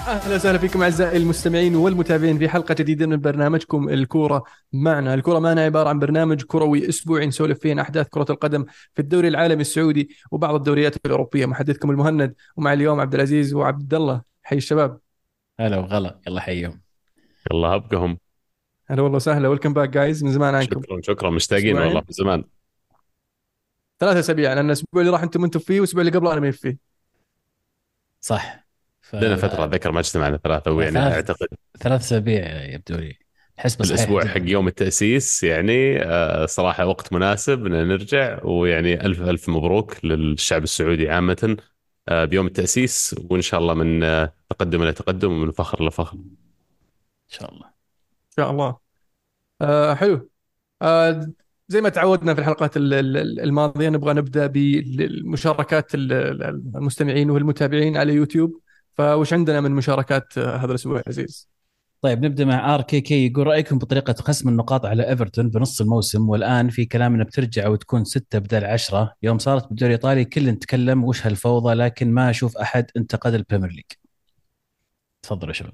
اهلا وسهلا فيكم اعزائي المستمعين والمتابعين في حلقه جديده من برنامجكم الكوره معنا. الكوره معنا عباره عن برنامج كروي اسبوعي نسولف فيه عن احداث كره القدم في الدوري العالمي السعودي وبعض الدوريات الاوروبيه. محدثكم المهند، ومع اليوم عبد العزيز وعبد الله. حي الشباب. هلا وغلا، يلا حيهم. يلا هبقهم. هلا والله وسهلا، ويلكم باك جايز، من زمان عنكم. شكرا شكرا، مشتاقين والله اسبوعين، من زمان. 3 اسابيع، لان الاسبوع اللي راح انتم فيه والاسبوع اللي قبله انا ما فيه. صح. لنا فترة ذكر ما اجتمعنا ثلاثة، ويعني ثلاث أعتقد 3 أسابيع يبدو لي. الحسبة صحيحة الأسبوع حق جدا. يوم التأسيس يعني صراحة وقت مناسب إن نرجع، ويعني ألف ألف مبروك للشعب السعودي عامة بيوم التأسيس، وإن شاء الله من تقدم إلى تقدم ومن فخر لفخر. إن شاء الله. ان شاء الله. حلو. آه زي ما تعودنا في الحلقات الماضية، نبغى نبدأ بالمشاركات المستمعين والمتابعين على يوتيوب. فوش عندنا من مشاركات هذا الأسبوع يا عزيز؟ طيب نبدأ مع ار كي كي. يقول رأيكم بطريقة خصم النقاط على ايفرتون بنص الموسم، والآن في كلام انها بترجع وتكون 6 بدل 10. يوم صارت بالدوري الإيطالي كل تكلم وش هالفوضى، لكن ما أشوف أحد انتقد البريمير ليج. تفضلوا يا شباب.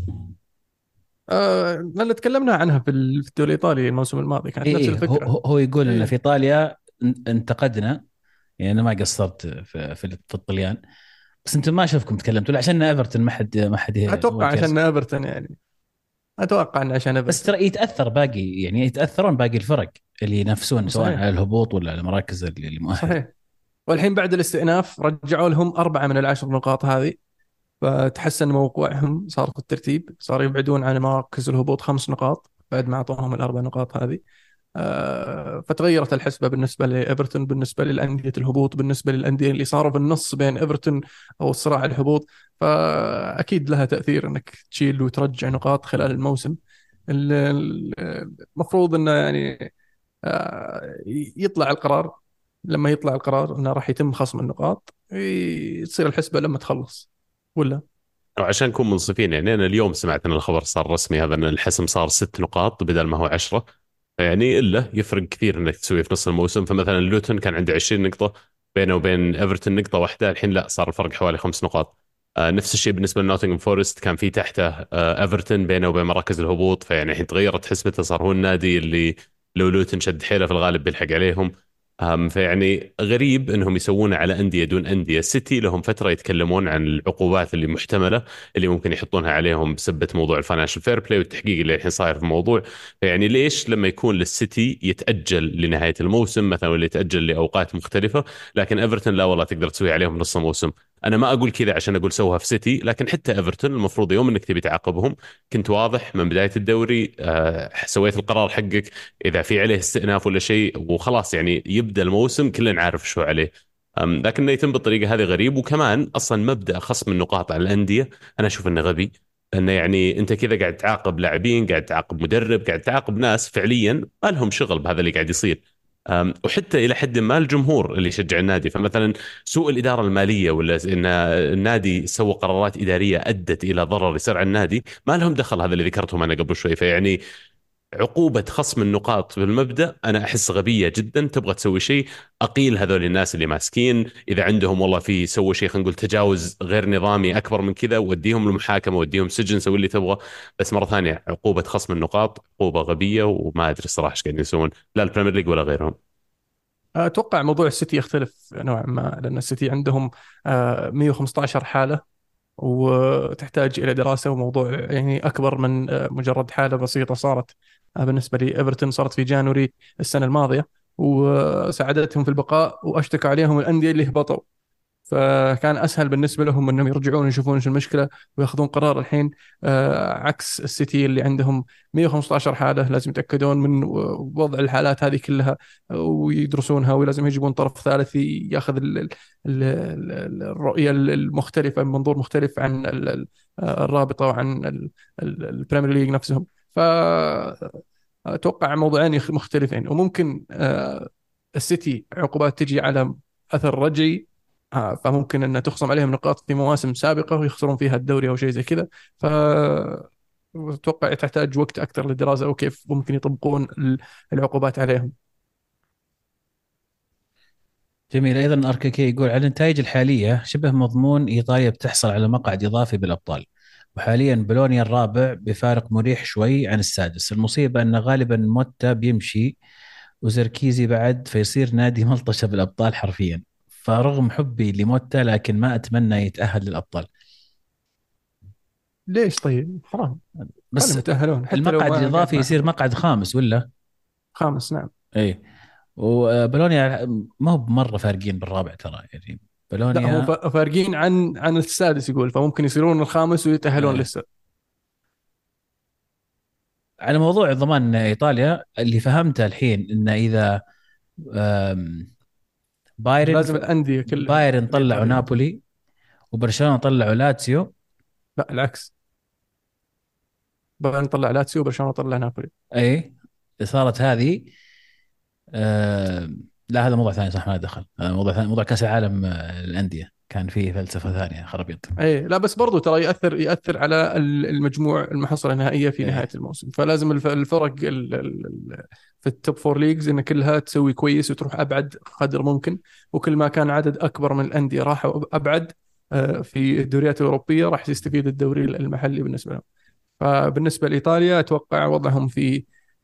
لأن تكلمنا عنها في الدوري الإيطالي الموسم الماضي، كانت اي نفس اي، هو الفكرة. هو يقول ان في إيه. ايطاليا انتقدنا. يعني انا ما قصرت في الطليان، بس انتم ما اشوفكم تكلمتوا عشان ايفرتون ما حد هو أتوقع الجالس. عشان إيفرتون يعني. أتوقع أن عشان بس إيفرتون. ترى يتاثر باقي، يعني يتاثرون باقي الفرق اللي ينافسون سواء صحيح. على الهبوط ولا المراكز اللي مؤهله. صحيح. والحين بعد الاستئناف رجعوا لهم 4 من ال10 نقاط هذه، فتحسن موقعهم، صار في الترتيب، صار يبعدون عن مراكز الهبوط 5 نقاط بعد ما أعطوهم ال4 نقاط هذه. فتغيرت الحسبة بالنسبة لإيفرتون، بالنسبة للأندية الهبوط، بالنسبة للأندية اللي صاروا في النص بين إيفرتون أو الصراع الهبوط. فأكيد لها تأثير أنك تشيل وترجع نقاط خلال الموسم. المفروض أنه يعني يطلع القرار. لما يطلع القرار أنه راح يتم خصم النقاط، تصير الحسبة لما تخلص، ولا؟ وعشان نكون منصفين، يعني أنا اليوم سمعت أن الخبر صار رسمي، هذا أن الحسم صار 6 نقاط بدل ما هو 10. يعني إلا يفرق كثير أنك تسويه في نص الموسم. فمثلا لوتون كان عنده 20 نقطة، بينه وبين ايفرتون نقطة واحدة، الحين لا، صار الفرق حوالي 5 نقاط. نفس الشيء بالنسبة لنوتنغهام فورست، كان في تحته ايفرتون بينه وبين مراكز الهبوط، فيعني الحين تغيرت حسبته، صار هو النادي اللي لو لوتون شد حيله في الغالب بيلحق عليهم. فيعني غريب انهم يسوونه على انديه دون انديه. سيتي لهم فتره يتكلمون عن العقوبات اللي محتمله اللي ممكن يحطونها عليهم بسبه موضوع الفاينانشال فير بلاي والتحقيق اللي الحين صاير في الموضوع. فيعني ليش لما يكون للسيتي يتاجل لنهايه الموسم مثلا، ولا يتاجل لاوقات مختلفه، لكن ايفرتون لا والله تقدر تسوي عليهم نص موسم. انا ما اقول كذا عشان اقول سوها في سيتي، لكن حتى ايفرتون المفروض يوم انك تبي تعاقبهم كنت واضح من بدايه الدوري. سويت القرار حقك اذا في عليه استئناف ولا شيء، وخلاص يعني يبدا الموسم كلنا عارف شو عليه. لكنه يتم بالطريقه هذه غريب. وكمان اصلا مبدا خصم النقاط على الانديه انا اشوف انه غبي. لانه يعني انت كذا قاعد تعاقب لاعبين، قاعد تعاقب مدرب، قاعد تعاقب ناس فعليا ما لهم شغل بهذا اللي قاعد يصير. وحتى الى حد ما الجمهور اللي يشجع النادي. فمثلا سوء الاداره الماليه، ولا ان النادي سوى قرارات اداريه ادت الى ضرر يصير على النادي، ما لهم دخل. هذا اللي ذكرتهم انا قبل شوي. فيعني عقوبة خصم النقاط بالمبدأ أنا أحس غبية جدا. تبغى تسوي شيء، أقيل هذول الناس اللي ماسكين، إذا عندهم والله في سووا شيء خلينا نقول تجاوز غير نظامي أكبر من كذا، وديهم المحاكمة، وديهم سجن، سوي اللي تبغى. بس مرة ثانية عقوبة خصم النقاط عقوبة غبية، وما أدري الصراحة إيش قاعدين يسوون، لا البريمير ليج ولا غيرهم. أتوقع موضوع السيتي يختلف نوعا ما، لأن السيتي عندهم 115 حالة، وتحتاج إلى دراسة، وموضوع يعني أكبر من مجرد حالة بسيطة صارت بالنسبة لي. إيفرتون صارت في جانوري السنة الماضية، وساعدتهم في البقاء، وأشتكى عليهم الأندية اللي هبطوا. فكان اسهل بالنسبه لهم انهم يرجعون يشوفون ايش المشكله وياخذون قرار الحين. عكس السيتي اللي عندهم 115 حاله، لازم يتاكدون من وضع الحالات هذه كلها ويدرسونها، ولازم يجيبون طرف ثالث ياخذ الرؤيه المختلفه من منظور مختلف عن الرابطه وعن البريمير ليج نفسهم. اتوقع موضوعين مختلفين، وممكن السيتي عقوبات تجي على اثر رجعي. فممكن ان تخصم عليهم نقاط في مواسم سابقه ويخسرون فيها الدوري او شيء زي كذا. ف اتوقع تحتاج وقت اكثر للدراسه وكيف ممكن يطبقون العقوبات عليهم. جميل. ايضا ار كي كي يقول على النتائج الحاليه شبه مضمون ايطاليا بتحصل على مقعد اضافي بالابطال، وحاليا بولونيا الرابع بفارق مريح شوي عن السادس. المصيبة أن غالبا موتا بيمشي وزركيزي بعد، فيصير نادي ملطشة بالأبطال حرفيا. فرغم حبي لموتا لكن ما أتمنى يتأهل للأبطال. ليش طيب؟ حرام، بس خلهم يتأهلون حتى لو المقعد ما قعد الإضافي معهم يصير فريق. مقعد خامس ولا؟ خامس نعم. ايه. وبولونيا ما هو بمرة فارقين بالرابع ترى يعني. لا هم بولونيا فارقين عن السادس يقول، فممكن يصيرون الخامس ويتأهلون آه، لسه. على موضوع ضمان إيطاليا اللي فهمته الحين إن إذا آم، بايرن لازم الأندية كلها بايرن طلعوا الإيطالية. نابولي وبرشلونة طلعوا لاتسيو. لا العكس، بايرن طلع لاتسيو وبرشلونة طلع نابولي. اي صارت هذه. لا هذا موضوع ثاني صح، ما دخل. هذا موضوع ثاني، موضوع كأس العالم الأندية كان فيه فلسفة ثانية خرابيط. اي لا بس برضو ترى يأثر على المجموع، المحصلة النهائية في نهاية ايه. الموسم. فلازم الفرق في التوب فور ليجز ان كلها تسوي كويس وتروح ابعد قدر ممكن. وكل ما كان عدد اكبر من الأندية راحوا ابعد في الدوريات الأوروبية، راح يستفيد الدوري المحلي بالنسبة لهم. فبالنسبة لإيطاليا أتوقع وضعهم في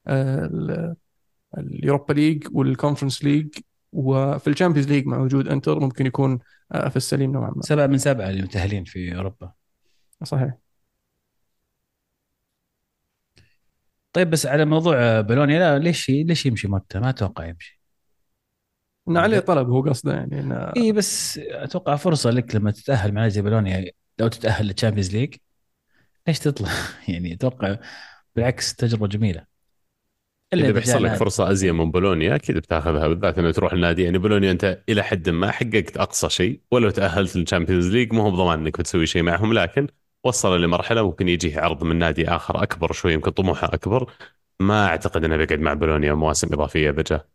اليوروبا ليج والكونفرنس ليج، وفي الشامبيونز ليج مع وجود انتر ممكن يكون في السليم نوعا ما. 7 من 7 اللي متأهلين في أوروبا. صحيح. طيب بس على موضوع بولونيا، لا ليش يمشي موتا؟ ما اتوقع يمشي. إن عليه طلب هو قصده يعني إن. اي بس اتوقع فرصه لك لما تتاهل مع نادي زي بولونيا، لو تتاهل للتشامبيونز ليج ليش تطلع؟ يعني اتوقع بالعكس تجربه جميله، الا اذا اذا جاء بيحصل لك نادي. فرصه ازين من بولونيا اكيد بتاخذها، بالذات انه تروح النادي. يعني بولونيا انت الى حد ما حققت اقصى شيء، ولو تاهلت للشامبيونز ليج مو هو بضمان انك بتسوي شيء معهم، لكن وصل لمرحله ممكن يجيه عرض من نادي اخر اكبر شوي، يمكن طموحه اكبر. ما اعتقد انه بيقعد مع بولونيا مواسم اضافيه اذا جاء.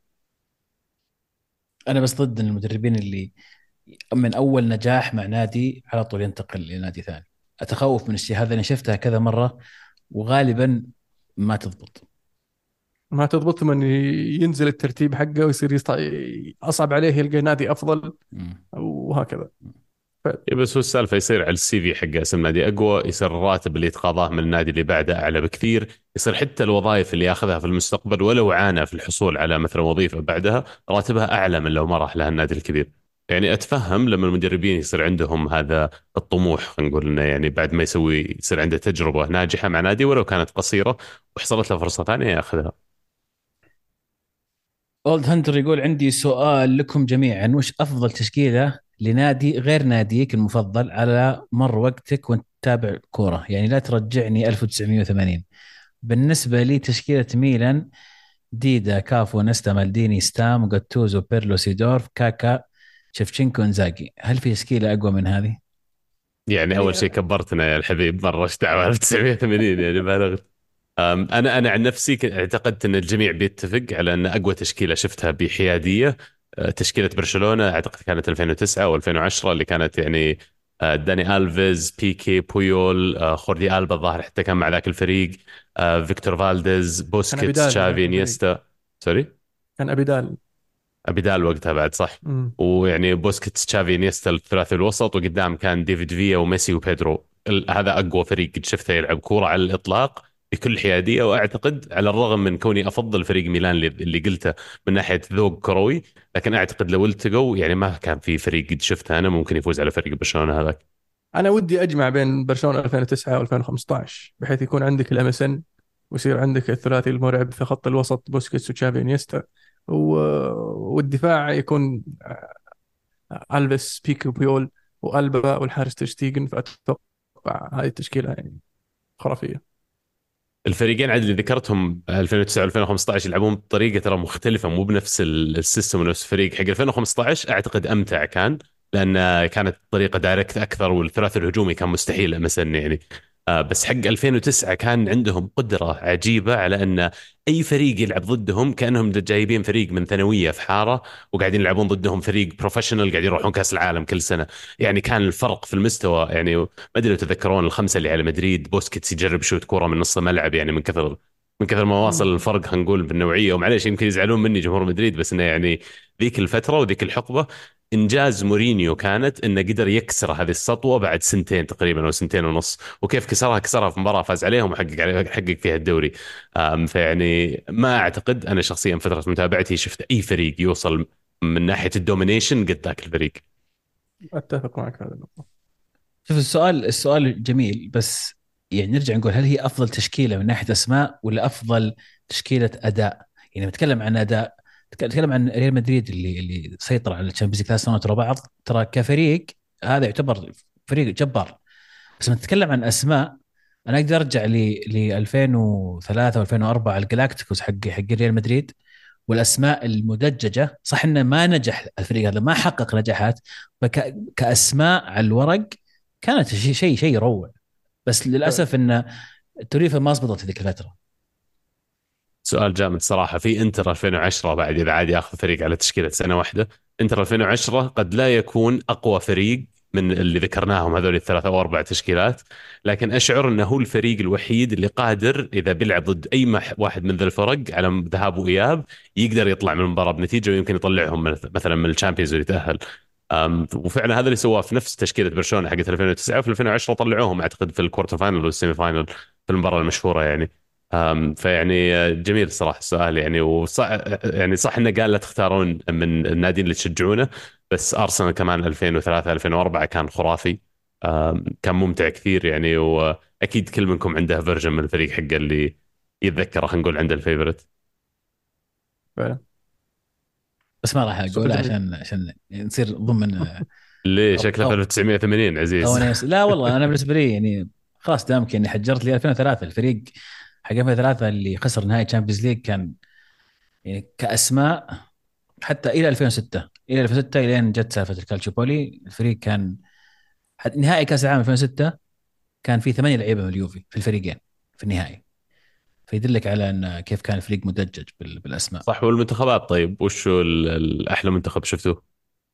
انا بس ضد المدربين اللي من اول نجاح مع نادي على طول ينتقل لنادي ثاني. اتخوف من الشيء هذا، انا شفتها كذا مره وغالبا ما تضبط. ما تضبط من ينزل الترتيب حقه ويصير أصعب عليه يلقى نادي أفضل، مم. وهكذا. ف... إيه بس هو السالفه يصير على السي في حق اسم نادي اقوى، يصير الراتب اللي يتقاضاه من النادي اللي بعده اعلى بكثير، يصير حتى الوظائف اللي ياخذها في المستقبل ولو عانى في الحصول على مثلا وظيفه بعدها راتبها اعلى من لو ما راح لها النادي الكبير. يعني اتفهم لما المدربين يصير عندهم هذا الطموح، خلينا نقول انه يعني بعد ما يصير عنده تجربه ناجحه مع نادي ولو كانت قصيره وحصلت له فرصه ثانيه ياخذها. اولد هانتر يقول عندي سؤال لكم جميعا، وش افضل تشكيله لنادي غير ناديك المفضل على مر وقتك وانت تتابع كوره؟ يعني لا ترجعني 1980. بالنسبه لي تشكيله ميلان: ديدا، كافو، نستا، مالديني، ستام، جاتوزو، بيرلو، سيدورف، كاكا، شفتشينكو، انزاجي. هل في تشكيله اقوى من هذه؟ يعني اول يعني شيء كبرتنا يا الحبيب مره، ايش دعوه 1980 يعني بالغ. انا عن نفسي اعتقدت ان الجميع بيتفق على ان اقوى تشكيله شفتها بحياديه تشكيله برشلونه. اعتقد كانت 2009 او 2010 اللي كانت يعني داني الفيز، بيكي، بويول، خوردي البا الظاهر حتى كان مع ذاك الفريق، فيكتور فالديز، كان بوسكيتس، أبيدال تشافي، ذاك الفريق. انيستا. سوري، كان أبيدال. ابيدال وقتها بعد صح. مم. ويعني بوسكيتس، تشافي، انيستا الثلاثي الوسط، وقدام كان ديفيد فيا وميسي وبيدرو. هذا اقوى فريق قد شفته يلعب كوره على الاطلاق بكل حياديه. واعتقد على الرغم من كوني افضل فريق ميلان اللي قلته من ناحيه ذوق كروي، لكن اعتقد لو التقوا يعني ما كان في فريق قد شفته انا ممكن يفوز على فريق برشلونه هذاك. أنا ودي أجمع بين برشلونة 2009 و2015 بحيث يكون عندك الام اس ان، ويصير عندك الثلاثي المرعب في خط الوسط بوسكيتس وتشافي انيستا، و... والدفاع يكون الفيس، بيكو، بيول، والبا، والحارس تشتيجن. فاتوقع هذه التشكيله يعني خرافيه. الفريقين عاد اللي ذكرتهم 2009 و2015 يلعبون بطريقه ترى مختلفه، مو بنفس السيستم ونفس الفريق. حق 2015 اعتقد امتع كان، لان كانت طريقه دايركت اكثر والثلاثي الهجومي كان مستحيل امسن يعني. بس حق 2009 كان عندهم قدره عجيبه على ان اي فريق يلعب ضدهم كانهم جايبين فريق من ثانويه في حاره وقاعدين يلعبون ضدهم فريق بروفيشنال قاعد يروحون كاس العالم كل سنه. يعني كان الفرق في المستوى يعني ما ادري لو تذكرون الخمسه اللي على مدريد، بوسكيتس يجرب شوت كوره من نص الملعب، يعني من كثر ما واصل مم. الفرق خلينا نقول بالنوعيه. ومعليش يمكن يزعلون مني جمهور مدريد، بس انه يعني ذيك الفتره وذيك الحقبه انجاز مورينيو كانت انه قدر يكسر هذه السطوه بعد سنتين تقريبا او سنتين ونص، وكيف كسرها في مباراه فاز عليهم حقق فيها الدوري. فيعني ما اعتقد انا شخصيا فتره متابعتي شفت اي فريق يوصل من ناحيه الدومينيشن قد ذاك الفريق. اتفق معك هذا النقطة. شوف، السؤال جميل، بس يعني نرجع نقول هل هي افضل تشكيله من ناحيه اسماء ولا افضل تشكيله اداء؟ يعني بتكلم عن اداء، نتكلم عن ريال مدريد اللي سيطر على الشامبيونز ليج 3 سنوات ورا بعض، ترى كفريق هذا يعتبر فريق جبار. بس لما نتكلم عن اسماء، انا اقدر ارجع ل 2003 و2004 الجلاكتيكوس حق ريال مدريد، والاسماء المدججه. صح انه ما نجح الفريق هذا، ما حقق نجاحات، كاسماء على الورق كانت شيء يروع. بس للاسف ان التوليفه ما زبطت في ذيك الفتره. سؤال جامد صراحة. في انتر 2010 بعد إذا عاد ياخذ فريق على تشكيلة سنة واحدة، انتر 2010 قد لا يكون أقوى فريق من اللي ذكرناهم هذول الثلاث أو أربع تشكيلات، لكن أشعر أنه هو الفريق الوحيد اللي قادر إذا بيلعب ضد أي واحد من ذا الفرق على ذهاب وإياب يقدر يطلع من المباراة بنتيجة، ويمكن يطلعهم مثلا من الشامبيونز ويتأهل. وفعلا هذا اللي سواه في نفس تشكيلة برشلونة حقت 2009، وفي 2010 طلعوهم أعتقد في الكوارتر فاينل والسيمي فاينل في المباراة المشهورة يعني. فيعني جميل الصراحة السؤال يعني، وصح يعني صح انه قال لا تختارون من الناديين اللي تشجعونه، بس ارسنال كمان 2003 2004 كان خرافي. كان ممتع كثير يعني، واكيد كل منكم عنده فيرجن من الفريق حقه اللي يتذكره، خلينا نقول عنده الفيفورت. فعلا. بس ما راح سوبر اقول جميل. عشان نصير ضمن ليه أو شكله في أو 1980 أو عزيز؟ لا والله، انا بالنسبه لي يعني خلاص دامك يعني حجرت لي 2003 الفريق حق 2003 اللي خسر نهائي تشامبيونز ليج، كان يعني كاسماء حتى الى 2006 الين جت سالفه الكالتشوبولي. الفريق كان نهائي كاس العالم 2006 كان في 8 لعيبه من اليوفي في الفريقين في النهائي، فيدلك على ان كيف كان الفريق مدجج بالاسماء. صح. والمنتخبات طيب وشو الاحلى منتخب شفتوه؟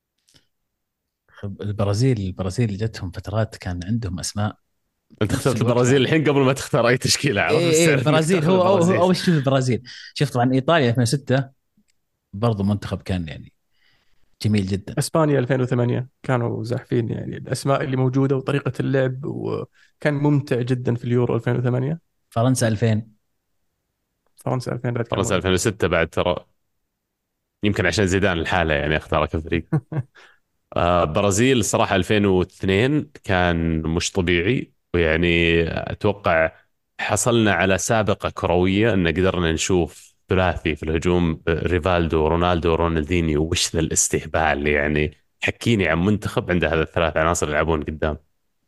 البرازيل اللي جتهم فترات كان عندهم اسماء انت نفس اخترت الوقت. البرازيل الحين قبل ما تختار اي تشكيله، عرفت؟ ايه استعرف انك البرازيل، تاخذ هو البرازيل. اول شيء البرازيل. شفت طبعا ايطاليا 2006 برضو منتخب كان يعني جميل جدا. اسبانيا 2008 كانوا زاحفين يعني الاسماء اللي موجوده وطريقه اللعب، وكان ممتع جدا في اليورو 2008. فرنسا 2000. فرنسا 2000 بعد كان فرنسا مرعب. 2006 بعد ترى، يمكن عشان زيدان الحالة يعني اختاره كفريق. برازيل الصراحة 2002 كان مش طبيعي، ويعني أتوقع حصلنا على سابقة كروية أن قدرنا نشوف ثلاثي في الهجوم، ريفالدو رونالدو رونالدينيو. وش ذا الاستهبال يعني! حكيني عن منتخب عنده هذا الثلاث عناصر يلعبون قدام.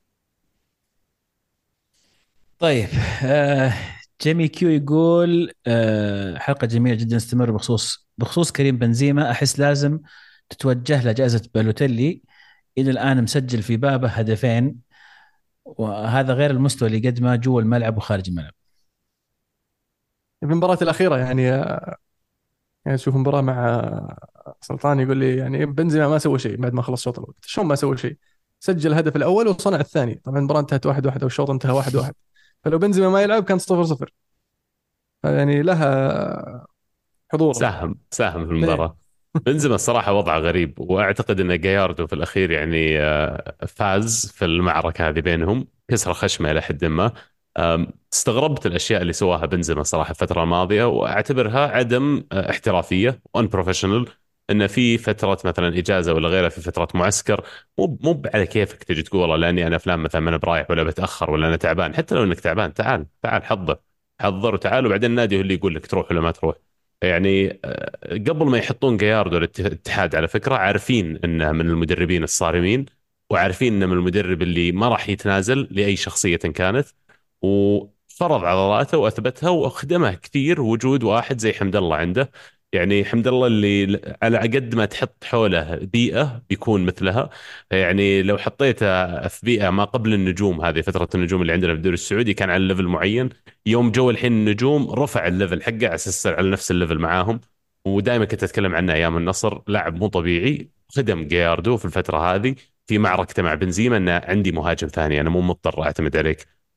طيب، آه جيمي كيو يقول حلقة جميلة جدا، استمر. بخصوص كريم بنزيما، أحس لازم تتوجه له جائزة بالوتيلي، إلى الآن مسجل في بابه هدفين، وهذا غير المستوى اللي قدمه جوا الملعب وخارج الملعب. في المباراة الأخيرة يعني تشوف مباراة مع سلطان يقول لي يعني بنزيما ما سوى شيء بعد ما خلص شوط الوقت. شلون ما سوى شيء؟ سجل الهدف الأول وصنع الثاني. طبعا المباراة انتهت 1-1 والشوط انتهى 1-1. فلو بنزيما ما يلعب كان 0-0. يعني لها حضور. ساهم في ايه. المباراة. بنزيما الصراحة وضعه غريب، وأعتقد أن جاياردو في الأخير يعني فاز في المعركة هذه بينهم، كسر خشمه إلى حد ما. استغربت الأشياء اللي سواها بنزيما صراحة الفترة الماضية، وأعتبرها عدم احترافية وان بروفيشنال. إن في فترة مثلا إجازة ولا غيرها، في فترة معسكر، مو على كيفك تجي تقول والله لأني أنا فلان مثلا ما أنا برايح ولا بتأخر ولا أنا تعبان. حتى لو إنك تعبان، تعال حضر وتعال، وبعدين النادي هو اللي يقول لك تروح ولا ما تروح. يعني قبل ما يحطون جياردو الاتحاد على فكرة عارفين انه من المدربين الصارمين، وعارفين انه من المدرب اللي ما راح يتنازل لأي شخصية كانت، وفرض عضلاته واثبتها واخدمه كثير وجود واحد زي حمد الله عنده. يعني حمد الله اللي على قد ما تحط حوله بيئة بيكون مثلها. يعني لو حطيته في بيئة ما قبل النجوم، هذه فترة النجوم اللي عندنا في الدوري السعودي، كان على ليفل معين. يوم جو الحين النجوم رفع الليفل حقه على اساس يصير على نفس الليفل معاهم. ودائما كنت اتكلم عنه ايام النصر، لاعب مو طبيعي. خدم جياردو في الفتره هذه في معركته مع بنزيما، انه عندي مهاجم ثاني، انا مو مضطر اعتمد عليك.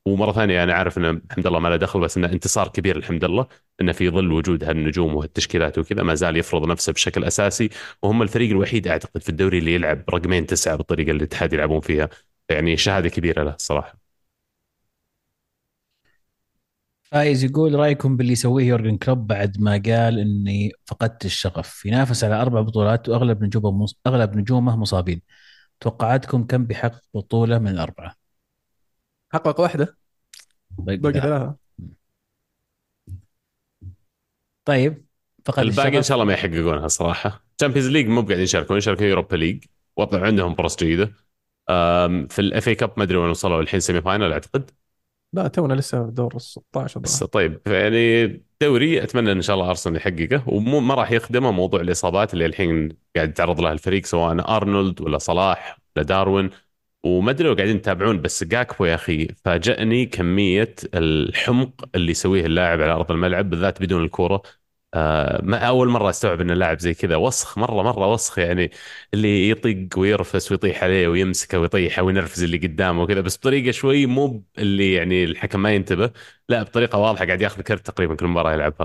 ومره ثانيه انا عارف ان الحمد لله ما له دخل، بس انه انتصار كبير الحمد لله انه في ظل وجود هالنجوم وهالتشكيلات وكذا ما زال يفرض نفسه بشكل اساسي. وهم الفريق الوحيد اعتقد في الدوري اللي يلعب رقمين تسعه بالطريقه اللي الاتحاد يلعبون فيها. يعني شهاده كبيره له الصراحه. فايز يقول رايكم باللي يسويه يورجن كلوب بعد ما قال اني فقدت الشغف، ينافس على 4 بطولات واغلب نجومه مصابين. توقعاتكم كم بيحقق بطولة من الأربعة؟ حقق واحده، باقي باقي 3. ثلاثه. طيب، فقد الباقي ان الشغف. شاء الله ما يحققونها صراحه. تشامبيونز ليج مو قاعدين يشاركون يوروبا ليج، وضع عندهم فرص جيده. في الاف اي كاب ما ادري وين وصلوا الحين، سيمي فاينل اعتقد. لا تونا لسه في دور ال 16 بس ظهر. طيب يعني دوري اتمنى ان شاء الله ارسنال يحققه، ومو ما راح يخدمه موضوع الاصابات اللي الحين قاعد يتعرض لها الفريق، سواء ارنولد ولا صلاح ولا داروين. وما ادري لو قاعدين تتابعون، بس جاكبو يا اخي فاجأني كميه الحمق اللي يسويه اللاعب على ارض الملعب بالذات بدون الكوره. ما اول مره استوعب ان اللاعب زي كذا وسخ مره مره وسخ يعني. اللي يطق ويرفس ويطيح عليه ويمسكه ويطيحه وينرفز اللي قدامه وكذا، بس بطريقه شوي مو اللي يعني الحكم ما ينتبه، لا بطريقه واضحه قاعد ياخذ كرت تقريبا كل مباراه يلعبها.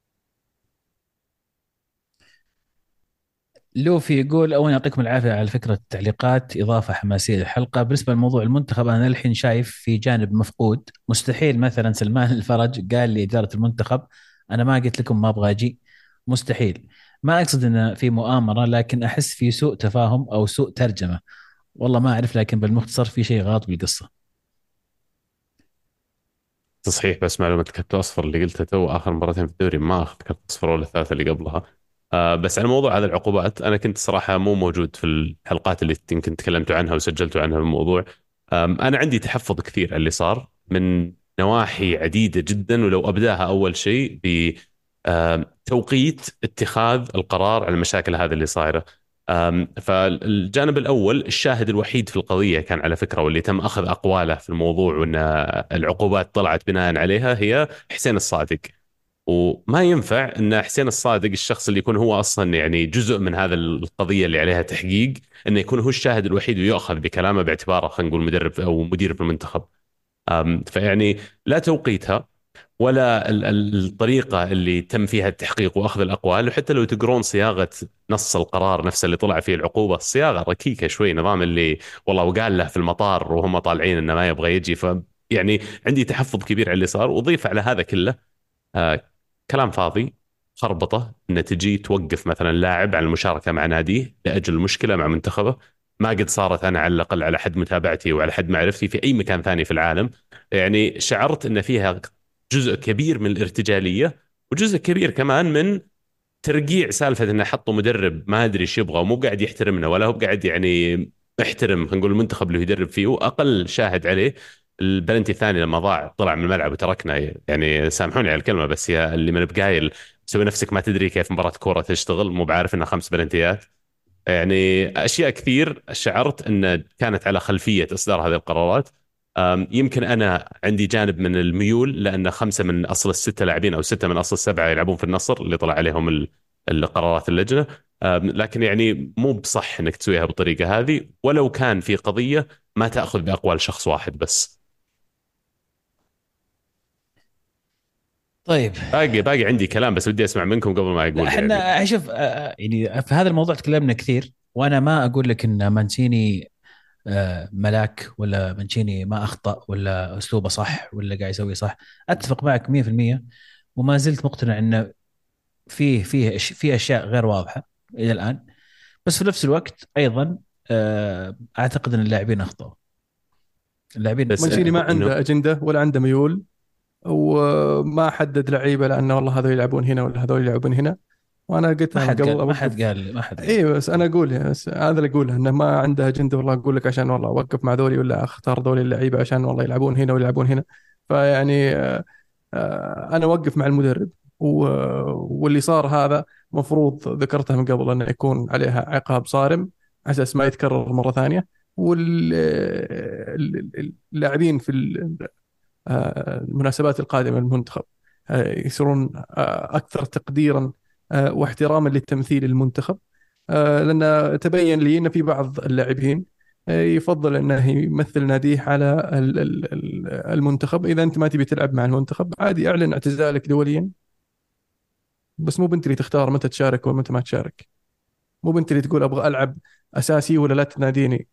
لوفي يقول أولا يعطيكم العافية على فكرة التعليقات، إضافة حماسية للحلقة. بالنسبة لموضوع المنتخب، أنا الحين شايف في جانب مفقود. مستحيل مثلا سلمان الفرج قال لإدارة المنتخب أنا ما قلت لكم ما أبغى أجي. مستحيل. ما أقصد أن في مؤامرة، لكن أحس في سوء تفاهم أو سوء ترجمة. والله ما أعرف، لكن بالمختصر في شيء غلط بالقصة. تصحيح بس معلومه الكرت الاصفر اللي قلتها تو، اخر مرتين في الدوري ما اخذ كرت اصفر ولا الثلاثه اللي قبلها. بس على موضوع هذه العقوبات، انا كنت صراحه مو موجود في الحلقات اللي يمكن تكلمتوا عنها وسجلتوا عنها الموضوع. انا عندي تحفظ كثير على اللي صار من نواحي عديده جدا، ولو ابداها اول شيء بتوقيت اتخاذ القرار على المشاكل هذه اللي صايره. فالجانب الأول، الشاهد الوحيد في القضية كان على فكرة واللي تم أخذ أقواله في الموضوع وأن العقوبات طلعت بناء عليها، هي حسين الصادق. وما ينفع أن حسين الصادق الشخص اللي يكون هو أصلا يعني جزء من هذا القضية اللي عليها تحقيق، أنه يكون هو الشاهد الوحيد ويؤخذ بكلامه باعتباره خلينا نقول مدرب أو مدير في المنتخب. فيعني لا توقيتها ولا الطريقة اللي تم فيها التحقيق وأخذ الأقوال. وحتى لو تقرون صياغة نص القرار نفسه اللي طلع فيه العقوبة، الصياغة ركيكة شوي، نظام اللي والله وقال له في المطار وهم طالعين إنه ما يبغى يجي. يعني عندي تحفظ كبير على اللي صار. وضيف على هذا كله آه كلام فاضي، خربطة إن تجي توقف مثلا لاعب عن المشاركة مع ناديه لأجل المشكلة مع منتخبه. ما قد صارت أنا على الأقل على حد متابعتي وعلى حد معرفتي في أي مكان ثاني في العالم. يعني شعرت أن فيها جزء كبير من الارتجالية، وجزء كبير كمان من ترقيع سالفة انه حطوا مدرب ما ادري ايش يبغى ومو قاعد يحترمنا ولا هو قاعد يعني يحترم خلينا نقول المنتخب اللي هو يدرب فيه. واقل شاهد عليه البلنتي الثاني لما ضاع طلع من الملعب وتركنا. يعني سامحوني على الكلمة، بس يا اللي من بقايل تسوي نفسك ما تدري كيف مباراة كورة تشتغل، مو بعارف انها 5 بلنتيات. يعني اشياء كثير شعرت ان كانت على خلفيه اصدار هذه القرارات. يمكن انا عندي جانب من الميول، لان 5 من اصل ال6 لاعبين او 6 من اصل ال7 يلعبون في النصر اللي طلع عليهم القرارات اللجنه. لكن يعني مو بصح انك تسويها بالطريقه هذه، ولو كان في قضيه ما تاخذ باقوال شخص واحد بس. طيب. باقي عندي كلام، بس بدي اسمع منكم قبل ما لا اقول يعني. احنا شوف، يعني في هذا الموضوع تكلمنا كثير، وانا ما اقول لك ان مانشيني ملاك، ولا مانشيني ما اخطا، ولا اسلوبه صح، ولا قاعد يسوي صح. اتفق معك 100%. وما زلت مقتنع انه في اشياء غير واضحه الى الان. بس في نفس الوقت ايضا اعتقد ان اللاعبين اخطاوا. اللاعبين بس مانشيني ما انه عنده اجنده ولا عنده ميول، وما حدد لعيبه لانه والله هذول يلعبون هنا ولا هذول يلعبون هنا. وانا ما قلتها من حد قبل قال ما حد اوقف. قال ما حد قال. اي بس انا اقول بس هذا اللي اقوله انه ما عنده اجنده، والله اقول لك عشان والله اوقف مع ذولي ولا اختار ذولي اللعيبه عشان والله يلعبون هنا ولا يلعبون هنا. فيعني انا اوقف مع المدرب. واللي صار هذا مفروض ذكرتها من قبل انه يكون عليها عقاب صارم على اساس ما يتكرر مره ثانيه. واللاعبين في المناسبات القادمه للمنتخب يصيرون اكثر تقديرا واحتراما للتمثيل المنتخب. لان تبين لي ان في بعض اللاعبين يفضل انه يمثل ناديه على المنتخب. اذا انت ما تبي تلعب مع المنتخب عادي اعلن اعتزالك دوليا، بس مو بنت اللي تختار متى تشارك ومتى ما تشارك. مو بنت اللي تقول ابغى العب اساسي ولا لا تناديني.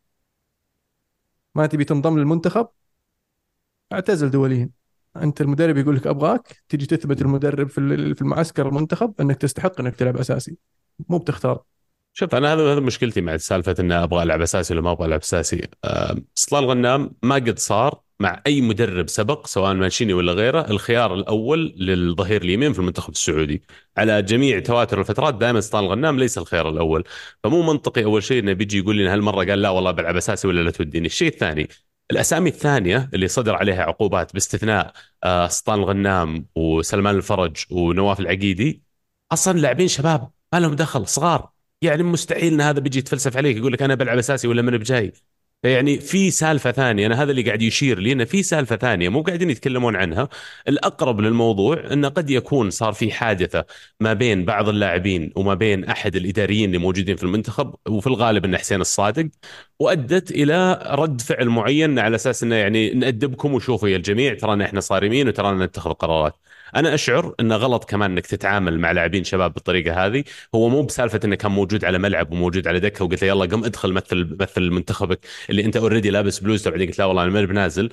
ما تبي تنضم للمنتخب اعتزل دوليا. انت المدرب يقول لك ابغاك، تيجي تثبت المدرب في المعسكر المنتخب انك تستحق انك تلعب اساسي، مو بتختار. شوف انا هذا مشكلتي مع سالفه ان ابغى العب اساسي ولا ما ابغى العب اساسي. اصلان الغنام ما قد صار مع اي مدرب سبق سواء مانشيني ولا غيره الخيار الاول للظهير اليمين في المنتخب السعودي. على جميع تواتر الفترات دائما اصلان الغنام ليس الخيار الاول. فمو منطقي اول شيء انه بيجي يقول لي هالمره قال لا والله بلعب اساسي ولا لا توديني. الشيء الثاني، الاسامي الثانيه اللي صدر عليها عقوبات باستثناء سلطان الغنام وسلمان الفرج ونواف العقيدي اصلا لاعبين شباب ما لهم دخل صغار. يعني مستحيل ان هذا بيجي يتفلسف عليك يقول لك انا بلعب اساسي ولا من بجاي. يعني في سالفه ثانيه، انا هذا اللي قاعد يشير لي انه في سالفه ثانيه مو قاعدين يتكلمون عنها. الاقرب للموضوع انه قد يكون صار في حادثه ما بين بعض اللاعبين وما بين احد الاداريين اللي موجودين في المنتخب، وفي الغالب انه حسين الصادق، وادت الى رد فعل معين على اساس انه يعني نأدبكم وشوفوا يا الجميع ترانا احنا صارمين وترانا نتخذ قرارات. انا اشعر انه غلط كمان انك تتعامل مع لاعبين شباب بالطريقه هذه. هو مو بسالفه انه كان موجود على ملعب وموجود على دكه وقلت له يلا قم ادخل مثل منتخبك اللي انت اوريدي لابس بلوز، وبعدين قلت لا والله انا ما بنازل.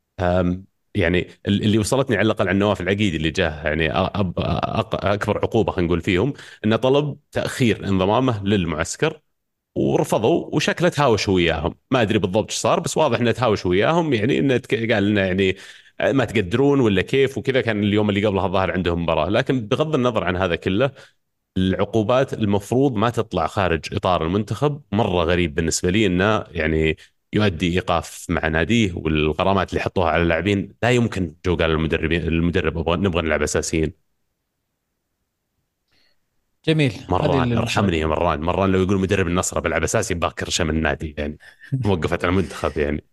يعني اللي وصلتني على الاقل عن نواف العقيدي اللي جاه يعني اكبر عقوبه خلينا نقول فيهم انه طلب تاخير انضمامه للمعسكر ورفضوا، وشكله تهاوش وياهم. ما ادري بالضبط ايش صار بس واضح انه تهاوش وياهم، يعني انه قال لنا يعني ما تقدرون ولا كيف وكذا. كان اليوم اللي قبلها الظاهر عندهم مباراه. لكن بغض النظر عن هذا كله، العقوبات المفروض ما تطلع خارج اطار المنتخب. مره غريب بالنسبه لي انه يعني يؤدي ايقاف مع ناديه، والغرامات اللي حطوها على اللاعبين لا يمكن جو قال المدرب نبغى نلعب اساسيين. جميل. هذه مران ارحمني يا المشاركه. مران لو يقول مدرب النصر بلعب اساسي باكر شم النادي يعني وقفت على المنتخب يعني.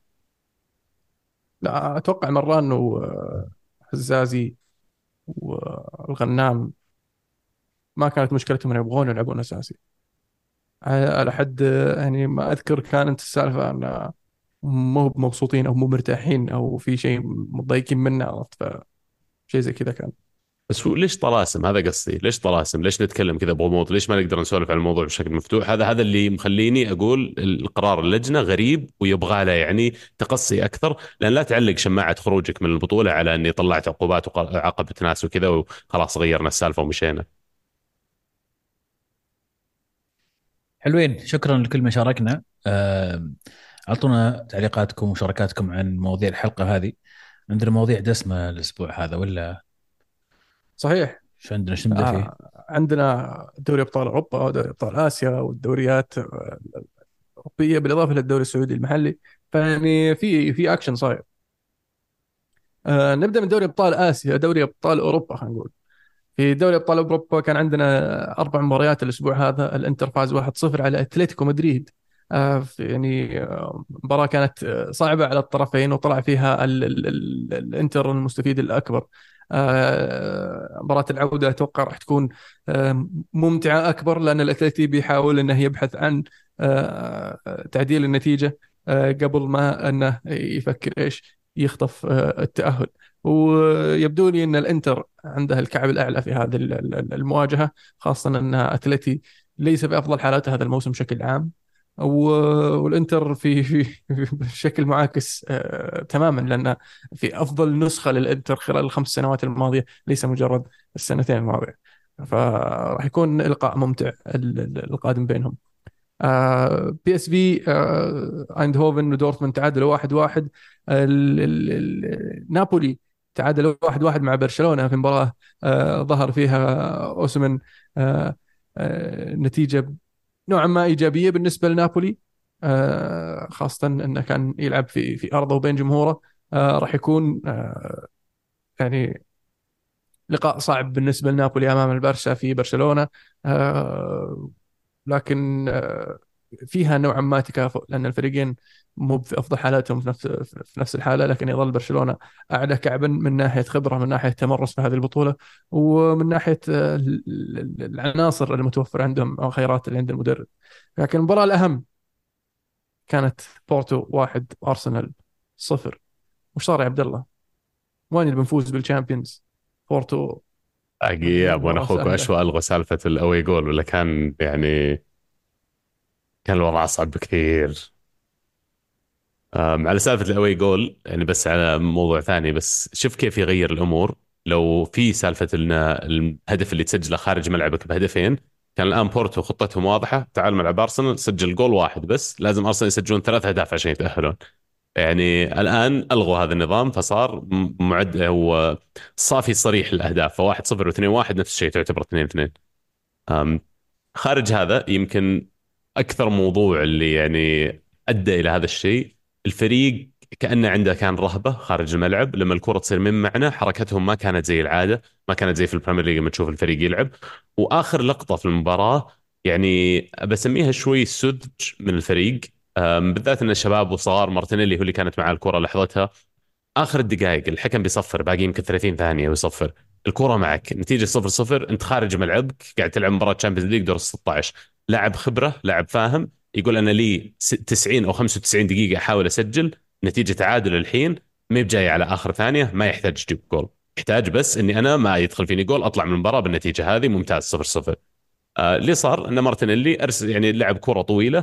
لا اتوقع مران وحزازي والغنام ما كانت مشكلتهم انهم يبغون يلعبون اساسي. على حد يعني ما اذكر كانت السالفه ان مو مبسوطين او مو مرتاحين او في شيء متضايقين منه، عرفت؟ فشيء زي كذا كان. بس هو ليش طلاسم؟ هذا قصدي، ليش طلاسم؟ ليش نتكلم كذا بغموض؟ ليش ما نقدر نسولف عن الموضوع بشكل مفتوح؟ هذا اللي مخليني اقول القرار اللجنه غريب ويبغى له يعني تقصي اكثر. لان لا تعلق شماعه خروجك من البطوله على اني طلعت عقوبات وعاقبت ناس وكذا وخلاص غيرنا السالفه ومشينا. حلوين، شكرا لكل من شاركنا. اعطونا تعليقاتكم ومشاركاتكم عن مواضيع الحلقه هذه. عندنا مواضيع دسمه الاسبوع هذا ولا صحيح. شو عندنا؟ شو نبدا فيه؟ عندنا دوري ابطال اوروبا ودوري ابطال اسيا والدوريات الاوروبيه بالاضافه للدوري السعودي المحلي. فيعني في اكشن صاير. نبدا من دوري ابطال اسيا. دوري ابطال اوروبا خلينا نقول. في دوري ابطال اوروبا كان عندنا 4 مباريات الاسبوع هذا. الانتر فاز 1-0 على اتلتيكو مدريد. يعني مباراة كانت صعبة على الطرفين وطلع فيها الانتر المستفيد الأكبر. مباراة العودة أتوقع راح تكون ممتعة أكبر، لأن الأتلتي بيحاول أنه يبحث عن تعديل النتيجة قبل ما أنه يفكر إيش يخطف التأهل. ويبدو لي أن الإنتر عنده الكعب الأعلى في هذه المواجهة، خاصة أن أتلتي ليس بأفضل حالاته هذا الموسم بشكل عام. والانتر في بشكل معاكس تماما، لان في افضل نسخه للانتر خلال ال5 سنوات الماضيه، ليس مجرد السنتين الماضيه. فراح يكون لقاء ممتع القادم بينهم. بي اس في ايندهوفن ودورتموند تعادلوا 1-1. نابولي تعادل 1-1 مع برشلونه في مباراه ظهر فيها اوسمن. نتيجه نوعا ما إيجابية بالنسبة لنابولي، خاصة أنه كان يلعب في أرضه وبين جمهوره. راح يكون يعني لقاء صعب بالنسبة لنابولي أمام البرشا في برشلونة. لكن فيها نوعا ما تكافؤ، لأن الفريقين مو في أفضل حالاتهم في نفس الحالة. لكن يظل برشلونة أعلى كعبا من ناحية خبرة، من ناحية تمرس في هذه البطولة، ومن ناحية العناصر المتوفرة عندهم أو خيارات اللي عند المدرب. لكن المباراة الأهم كانت بورتو 1 أرسنال 0. وش صار يا عبد الله؟ وين اللي بنفوز بالشامبيونز؟ بورتو باقي ابغى مباراة اخوك سهلة. اشوى الغوا سالفه الاوي جول، ولا كان يعني كان الوضع اصعب بكثير. على سالفه الاوي جول يعني، بس على موضوع ثاني، بس شوف كيف يغير الامور. لو في سالفه ان الهدف اللي تسجله خارج ملعبك بهدفين، كان الان بورتو خطتهم واضحه، تعال ملعب ارسنال سجل جول واحد بس، لازم ارسنال يسجلون 3 اهداف عشان يتاهلون. يعني الان الغوا هذا النظام، فصار معد هو صافي صريح الاهداف، فواحد صفر واثنين واحد نفس الشيء، تعتبر 2-2. خارج هذا يمكن اكثر موضوع اللي يعني ادى الى هذا الشيء، الفريق كانه عنده كان رهبه خارج الملعب لما الكره تصير من معنا، حركتهم ما كانت زي العاده، ما كانت زي في البريمير ليج لما تشوف الفريق يلعب. واخر لقطه في المباراه يعني بسميها شوي سذج من الفريق، بالذات ان الشباب وصغار، مارتينيلي هو اللي كانت معاه الكره لحظتها. اخر الدقائق الحكم بيصفر، باقي يمكن 30 ثانيه ويصفر، الكره معك، نتيجه 0-0، انت خارج ملعبك قاعد تلعب مباراه تشامبيونز ليج دور 16. لاعب خبره، لاعب فاهم، يقول انا لي 90 او 95 دقيقه احاول اسجل، نتيجه تعادل الحين، ما بجاي على اخر ثانيه، ما يحتاج تجيب جول، يحتاج بس اني انا ما يدخل فيني جول، اطلع من المباراه بالنتيجه هذه، ممتاز 0-0. اللي صار ان مارتينيلي ارسل يعني لعب كره طويله.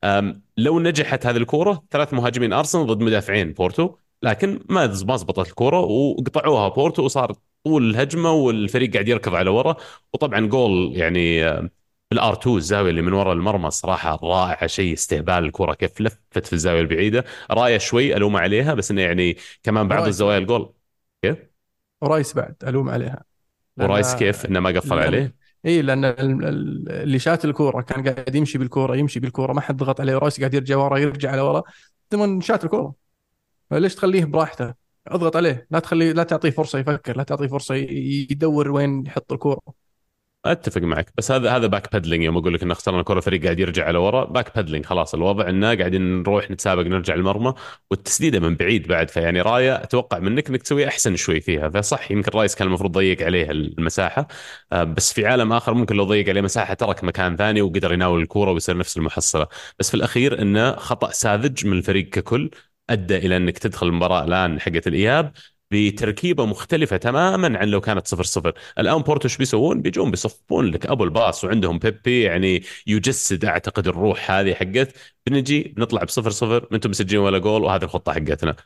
لو نجحت هذه الكره، 3 مهاجمين ارسنال ضد مدافعين بورتو، لكن ما زبطت الكره وقطعوها بورتو، وصار طول الهجمه والفريق قاعد يركض على ورا. وطبعا جول يعني بالار 2 الزاويه اللي من ورا المرمى، صراحه رائعه، شيء استهبال الكره كيف لفت في الزاويه البعيده. رايه شوي الوم عليها، بس انه يعني كمان بعض ورايس الزوايا بعد، الجول. كيف؟ ورايس بعد ألوم عليها. لأن ورايس كيف انه ما قفل لأن عليه؟ اي لان اللي شات الكوره كان قاعد يمشي بالكوره، يمشي بالكوره، ما حد ضغط عليه، ورايس قاعد يرجع ورا، يرجع على ورا، ثم شات الكوره. فليش تخليه براحته؟ اضغط عليه، لا تخليه، لا تعطيه فرصه يفكر، لا تعطيه فرصه يدور وين يحط الكوره. اتفق معك، بس هذا باك بادلينج. يوم اقول لك ان خسرنا الكره فريق قاعد يرجع على ورا، باك بادلينج، خلاص الوضع انه قاعدين نروح نتسابق نرجع المرمى، والتسديده من بعيد بعد. فيعني رايه اتوقع منك انك تسوي احسن شوي فيها. فصح يمكن رايس كان المفروض ضيق عليه المساحه، بس في عالم اخر ممكن لو ضيق عليه مساحه ترك مكان ثاني وقدر يناول الكوره ويصير نفس المحصله. بس في الاخير انه خطا ساذج من الفريق ككل، ادى الى انك تدخل المباراه الان حقت الاياب بتركيبه مختلفه تماما عن لو كانت 0-0. الان بورتو ايش بيسوون؟ بيجون بيصفون لك ابو الباص، وعندهم بيبي يعني يجسد اعتقد الروح هذه حقت، بنجي بنطلع ب0-0، انتم مسجلين ولا جول، وهذه الخطه حقتنا.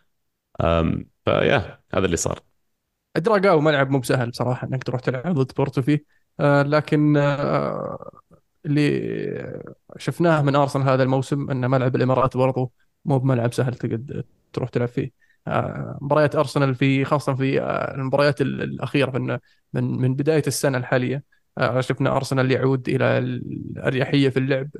فيا هذا اللي صار. دراجاو ملعب مو بسهل بصراحه انك تروح تلعب ضد بورتو فيه. لكن اللي شفناه من ارسنال هذا الموسم ان ملعب الامارات برضو مو بملعب سهل تقدر تروح تلعب فيه. مباريات ارسنال في خاصه في المباريات الاخيره من بدايه السنه الحاليه، شفنا ارسنال يعود الى الاريحيه في اللعب،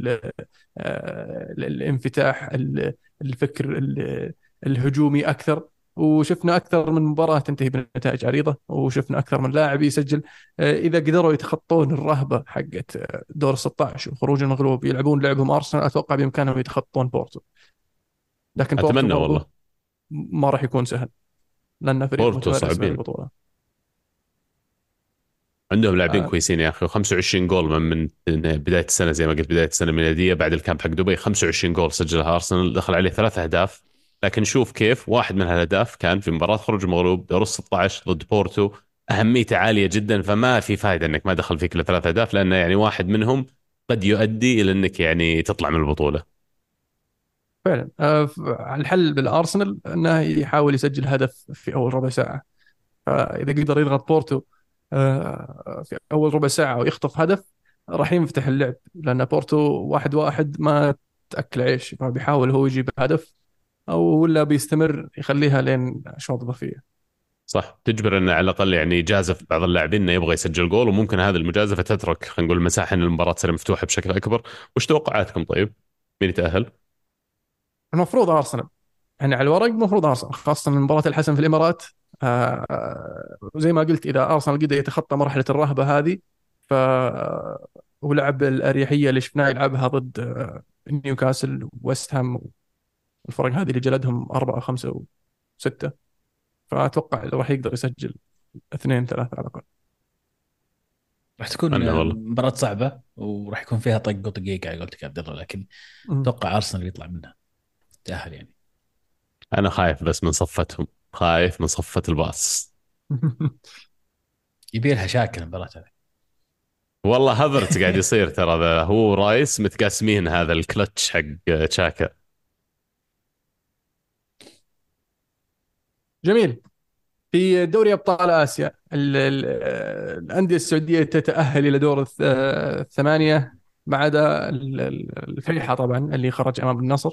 الانفتاح، الفكر الهجومي اكثر. وشفنا اكثر من مباراه تنتهي بنتائج عريضه، وشفنا اكثر من لاعب يسجل. اذا قدروا يتخطون الرهبه حقت دور 16 وخروج المغلوب، يلعبون لعبهم ارسنال، اتوقع بامكانهم يتخطون بورتو. لكن بورتو اتمنى برضو والله. ما راح يكون سهل، لانه فريق بورتو متمرس من صعبين، البطوله. عندهم لاعبين آه، كويسين يا اخي، و25 جول من بدايه السنه، زي ما قلت بدايه السنه الميلاديه بعد الكامب حق دبي، 25 جول سجلها ارسنال، دخل عليه 3 اهداف. لكن شوف كيف واحد من هالاهداف كان في مباراه خروج المغلوب دور 16 ضد بورتو، اهميته عاليه جدا، فما في فائده انك ما دخل فيك الا 3 اهداف، لانه يعني واحد منهم قد يؤدي الى انك يعني تطلع من البطوله. فعلا. الحل بالارسنال انه يحاول يسجل هدف في اول ربع ساعه. فاذا قدر يضغط بورتو في اول ربع ساعه ويخطف هدف، راح ينفتح اللعب، لان بورتو 1-1 ما تاكل عيش، فبيحاول هو يجيب هدف، او ولا بيستمر يخليها لين اشواط اضافيه. صح، تجبر انه على الاقل يعني يجازف بعض اللاعبين انه يبغى يسجل جول، وممكن هذه المجازفه تترك خلينا نقول مساحه ان المباراه تصير مفتوحه بشكل اكبر. وش توقعاتكم طيب؟ مين يتاهل؟ المفروض ارسنال، يعني على الورق المفروض ارسنال، خاصه من مباراه الحسم في الامارات. زي ما قلت، اذا ارسنال قدر يتخطى مرحله الرهبه هذه، ف ولعب الاريحيه اللي شفناه يلعبها ضد نيوكاسل، ويست هام، الفرق هذه اللي جلدهم 4 5 و6، فأتوقع راح يقدر يسجل 2 3 على الأقل. راح تكون اتمنى والله. مباراة صعبة، وراح يكون فيها طق وطقيق على قولتك يا عبد الله، لكن مم. اتوقع ارسنال يطلع منها، تاهل يعني. انا خايف بس من صفتهم، خايف من صفة الباص. يبي لها شاكل المباراه هذه. والله هافرتز قاعد يصير ترى، ذا هو رايس متقاسمين هذا الكلتش حق تشاكا. جميل. في دوري ابطال اسيا الانديه السعوديه تتاهل الى دور الثمانيه، ما عدا الفيحة طبعا اللي خرج امام النصر.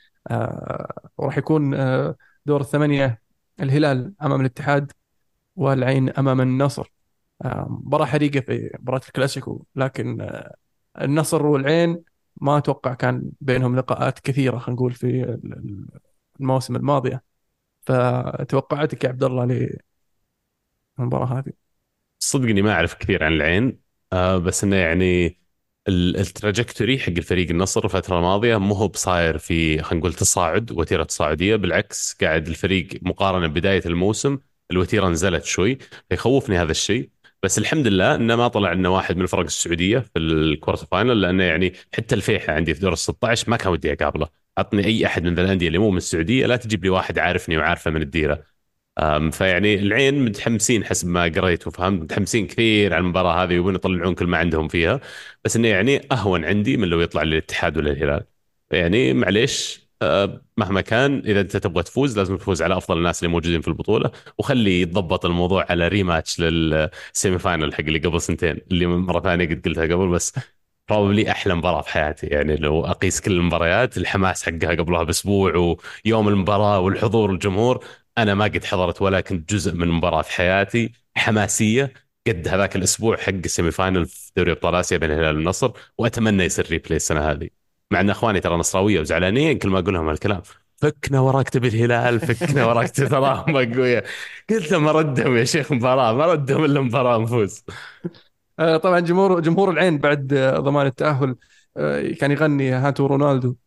وراح يكون دور الثمانيه الهلال امام الاتحاد، والعين امام النصر. مباراة حريقة في مباراة الكلاسيكو، لكن النصر والعين ما اتوقع كان بينهم لقاءات كثيرة خلينا نقول في المواسم الماضية. فتوقعاتك يا عبد الله للمباراة هذه؟ صدقني ما اعرف كثير عن العين، بس انه يعني التراجكتوري حق الفريق النصر الفترة الماضية مو هو بصاير في خلينا نقول تصاعد، وتيرة تصاعدية، بالعكس قاعد الفريق مقارنة ببداية الموسم الوتيرة نزلت شوي، فيخوفني هذا الشيء. بس الحمد لله انه ما طلع لنا واحد من الفرق السعودية في الكوارتر فاينل، لانه يعني حتى الفيحة عندي في دور ال 16 ما كان ودي اقابله. عطني اي احد من ذا الانديه اللي مو من السعوديه، لا تجيب لي واحد عارفني وعارفه من الديره. فيعني العين متحمسين حسب ما قريت وفهمت، متحمسين كثير على المباراة هذه ويبون يطلعون كل ما عندهم فيها. بس انه يعني اهون عندي من لو يطلع للاتحاد ولا الهلال. يعني معليش، مهما كان اذا انت تبغى تفوز لازم تفوز على افضل الناس اللي موجودين في البطولة، وخلي يتضبط الموضوع على ريماتش للسيمي فاينل حق اللي قبل سنتين، اللي مرة ثانية قد قلتها قبل. بس بروبلي احلى مباراة في حياتي، يعني لو اقيس كل المباريات الحماس حقها قبلها باسبوع ويوم المباراة والحضور الجمهور. انا ما قد حضرت ولا كنت جزء من مباراة في حياتي حماسية قد هذاك الاسبوع حق السيمي فاينل في دوري ابطال اسيا بين الهلال والنصر. واتمنى يصير ريبلي السنة هذه، مع ان اخواني ترى نصراوية وزعلانين كل ما اقول لهم هالكلام. فكنا وراك تبي الهلال، فكنا وراك تراهم اقوياء. قلت ما ردهم يا شيخ مباراة، ما ردهم الا مباراة نفوز. طبعا جمهور العين بعد ضمان التأهل كان يغني هاتوا رونالدو.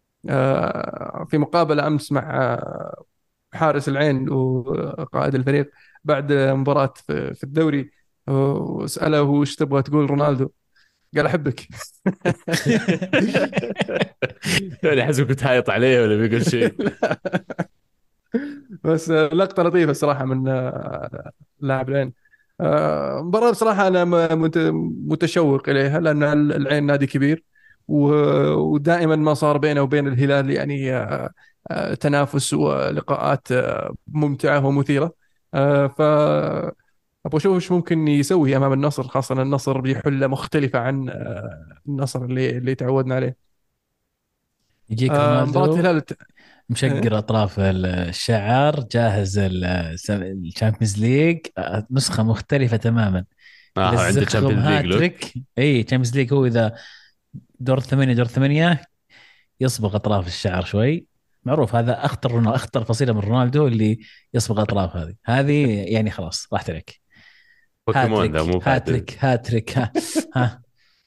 في مقابلة أمس مع حارس العين وقائد الفريق بعد مباراة في الدوري، وسأله وش تبغى تقول رونالدو؟ قال أحبك. يعني حسب كنت هايط عليه ولا بيقول شيء. بس لقطة لطيفة الصراحة من لاعب العين. مباراة بصراحة أنا متشوق إليها، لأن العين نادي كبير، ودائما ما صار بينه وبين الهلال يعني تنافس ولقاءات ممتعة ومثيرة. ف أبغى أشوف إيش ممكن يسوي أمام النصر، خاصة النصر بحلة مختلفة عن النصر اللي تعودنا عليه. يجيك مباراة رونالدو الهلال مشقر اطراف الشعر، جاهز الشامبيونز ليج، نسخه مختلفه تماما. عنده يلزخهم تشامبيونز ليج لوك. هاتريك، اي تشامبيونز ليج. هو اذا دور الثمانيه يصبغ اطراف الشعر شوي. معروف هذا اخطر فصيله من رونالدو، اللي يصبغ اطراف هذه يعني خلاص راحت عليك. بوكيمون ذا هاتريك مو بعد. هاتريك هاتريك ها.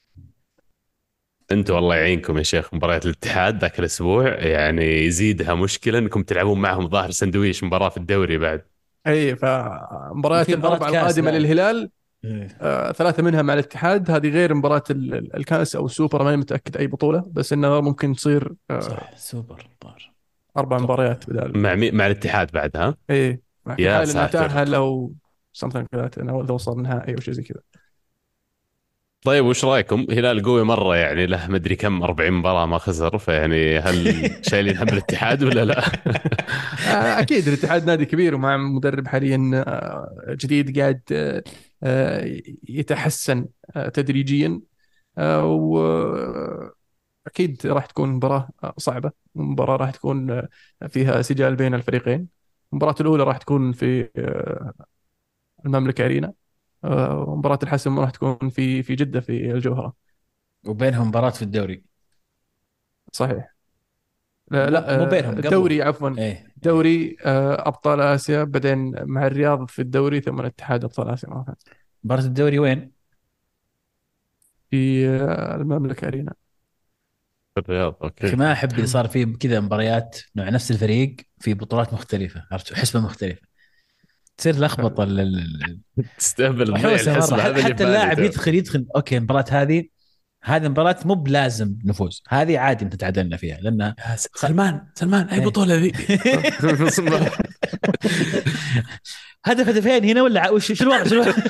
انتوا الله يعينكم يا شيخ، مباريات الاتحاد ذاك الاسبوع يعني يزيدها مشكله انكم تلعبون معهم ظاهر سندويش مباراه في الدوري بعد. اي فمباريات وفي مباراه الاربعه كاس القادمه بعد. للهلال، إيه. ثلاثه منها مع الاتحاد، هذه غير مباراه الكاس او السوبر، ماني متاكد اي بطوله، بس انه ممكن تصير صح، سوبر طار. اربع اتوقع مباريات بدال. مع الاتحاد بعد ها. اي في يا حال انه ساتر. تاهل او something like that، انه اذا وصل نهائي او شيء زي كذا. طيب وش رايكم؟ هلال قوي مره يعني، له مدري كم 40 مباراه ما خسر، فيعني هل شايلين هم الاتحاد ولا لا؟ اكيد الاتحاد نادي كبير ومع مدرب حاليا جديد قاعد يتحسن تدريجيا. واكيد راح تكون مباراه صعبه، مباراه راح تكون فيها سجال بين الفريقين. المباراه الاولى راح تكون في المملكه ارينا، ومباراه الحسم راح تكون في جده في الجوهره. وبينهم مباراة في الدوري. صحيح. لا مو بينهم، قبله. دوري عفوا. ايه ايه. دوري ابطال اسيا، بعدين مع الرياض في الدوري، ثم الاتحاد ابطال اسيا مرة ثانية. مباراة الدوري وين؟ في المملكه ارينا. في الرياض اخي اوكي. ما احب اللي صار فيه كذا مباريات مع نفس الفريق في بطولات مختلفة، عرفت، حسبة مختلفة، تصير لخبطة تستهبل تضيع محوسة مرة. الحسبه، هذا اللي في حتى بالي اللاعب تو. يدخل اوكي المباراة هذه هذه مباراة مو بلازم نفوز، هذه عادي نتعادلنا فيها لأن سلمان اي إيه. بطوله ذي. هدفين هنا ولا شو الوضع شو الوضع؟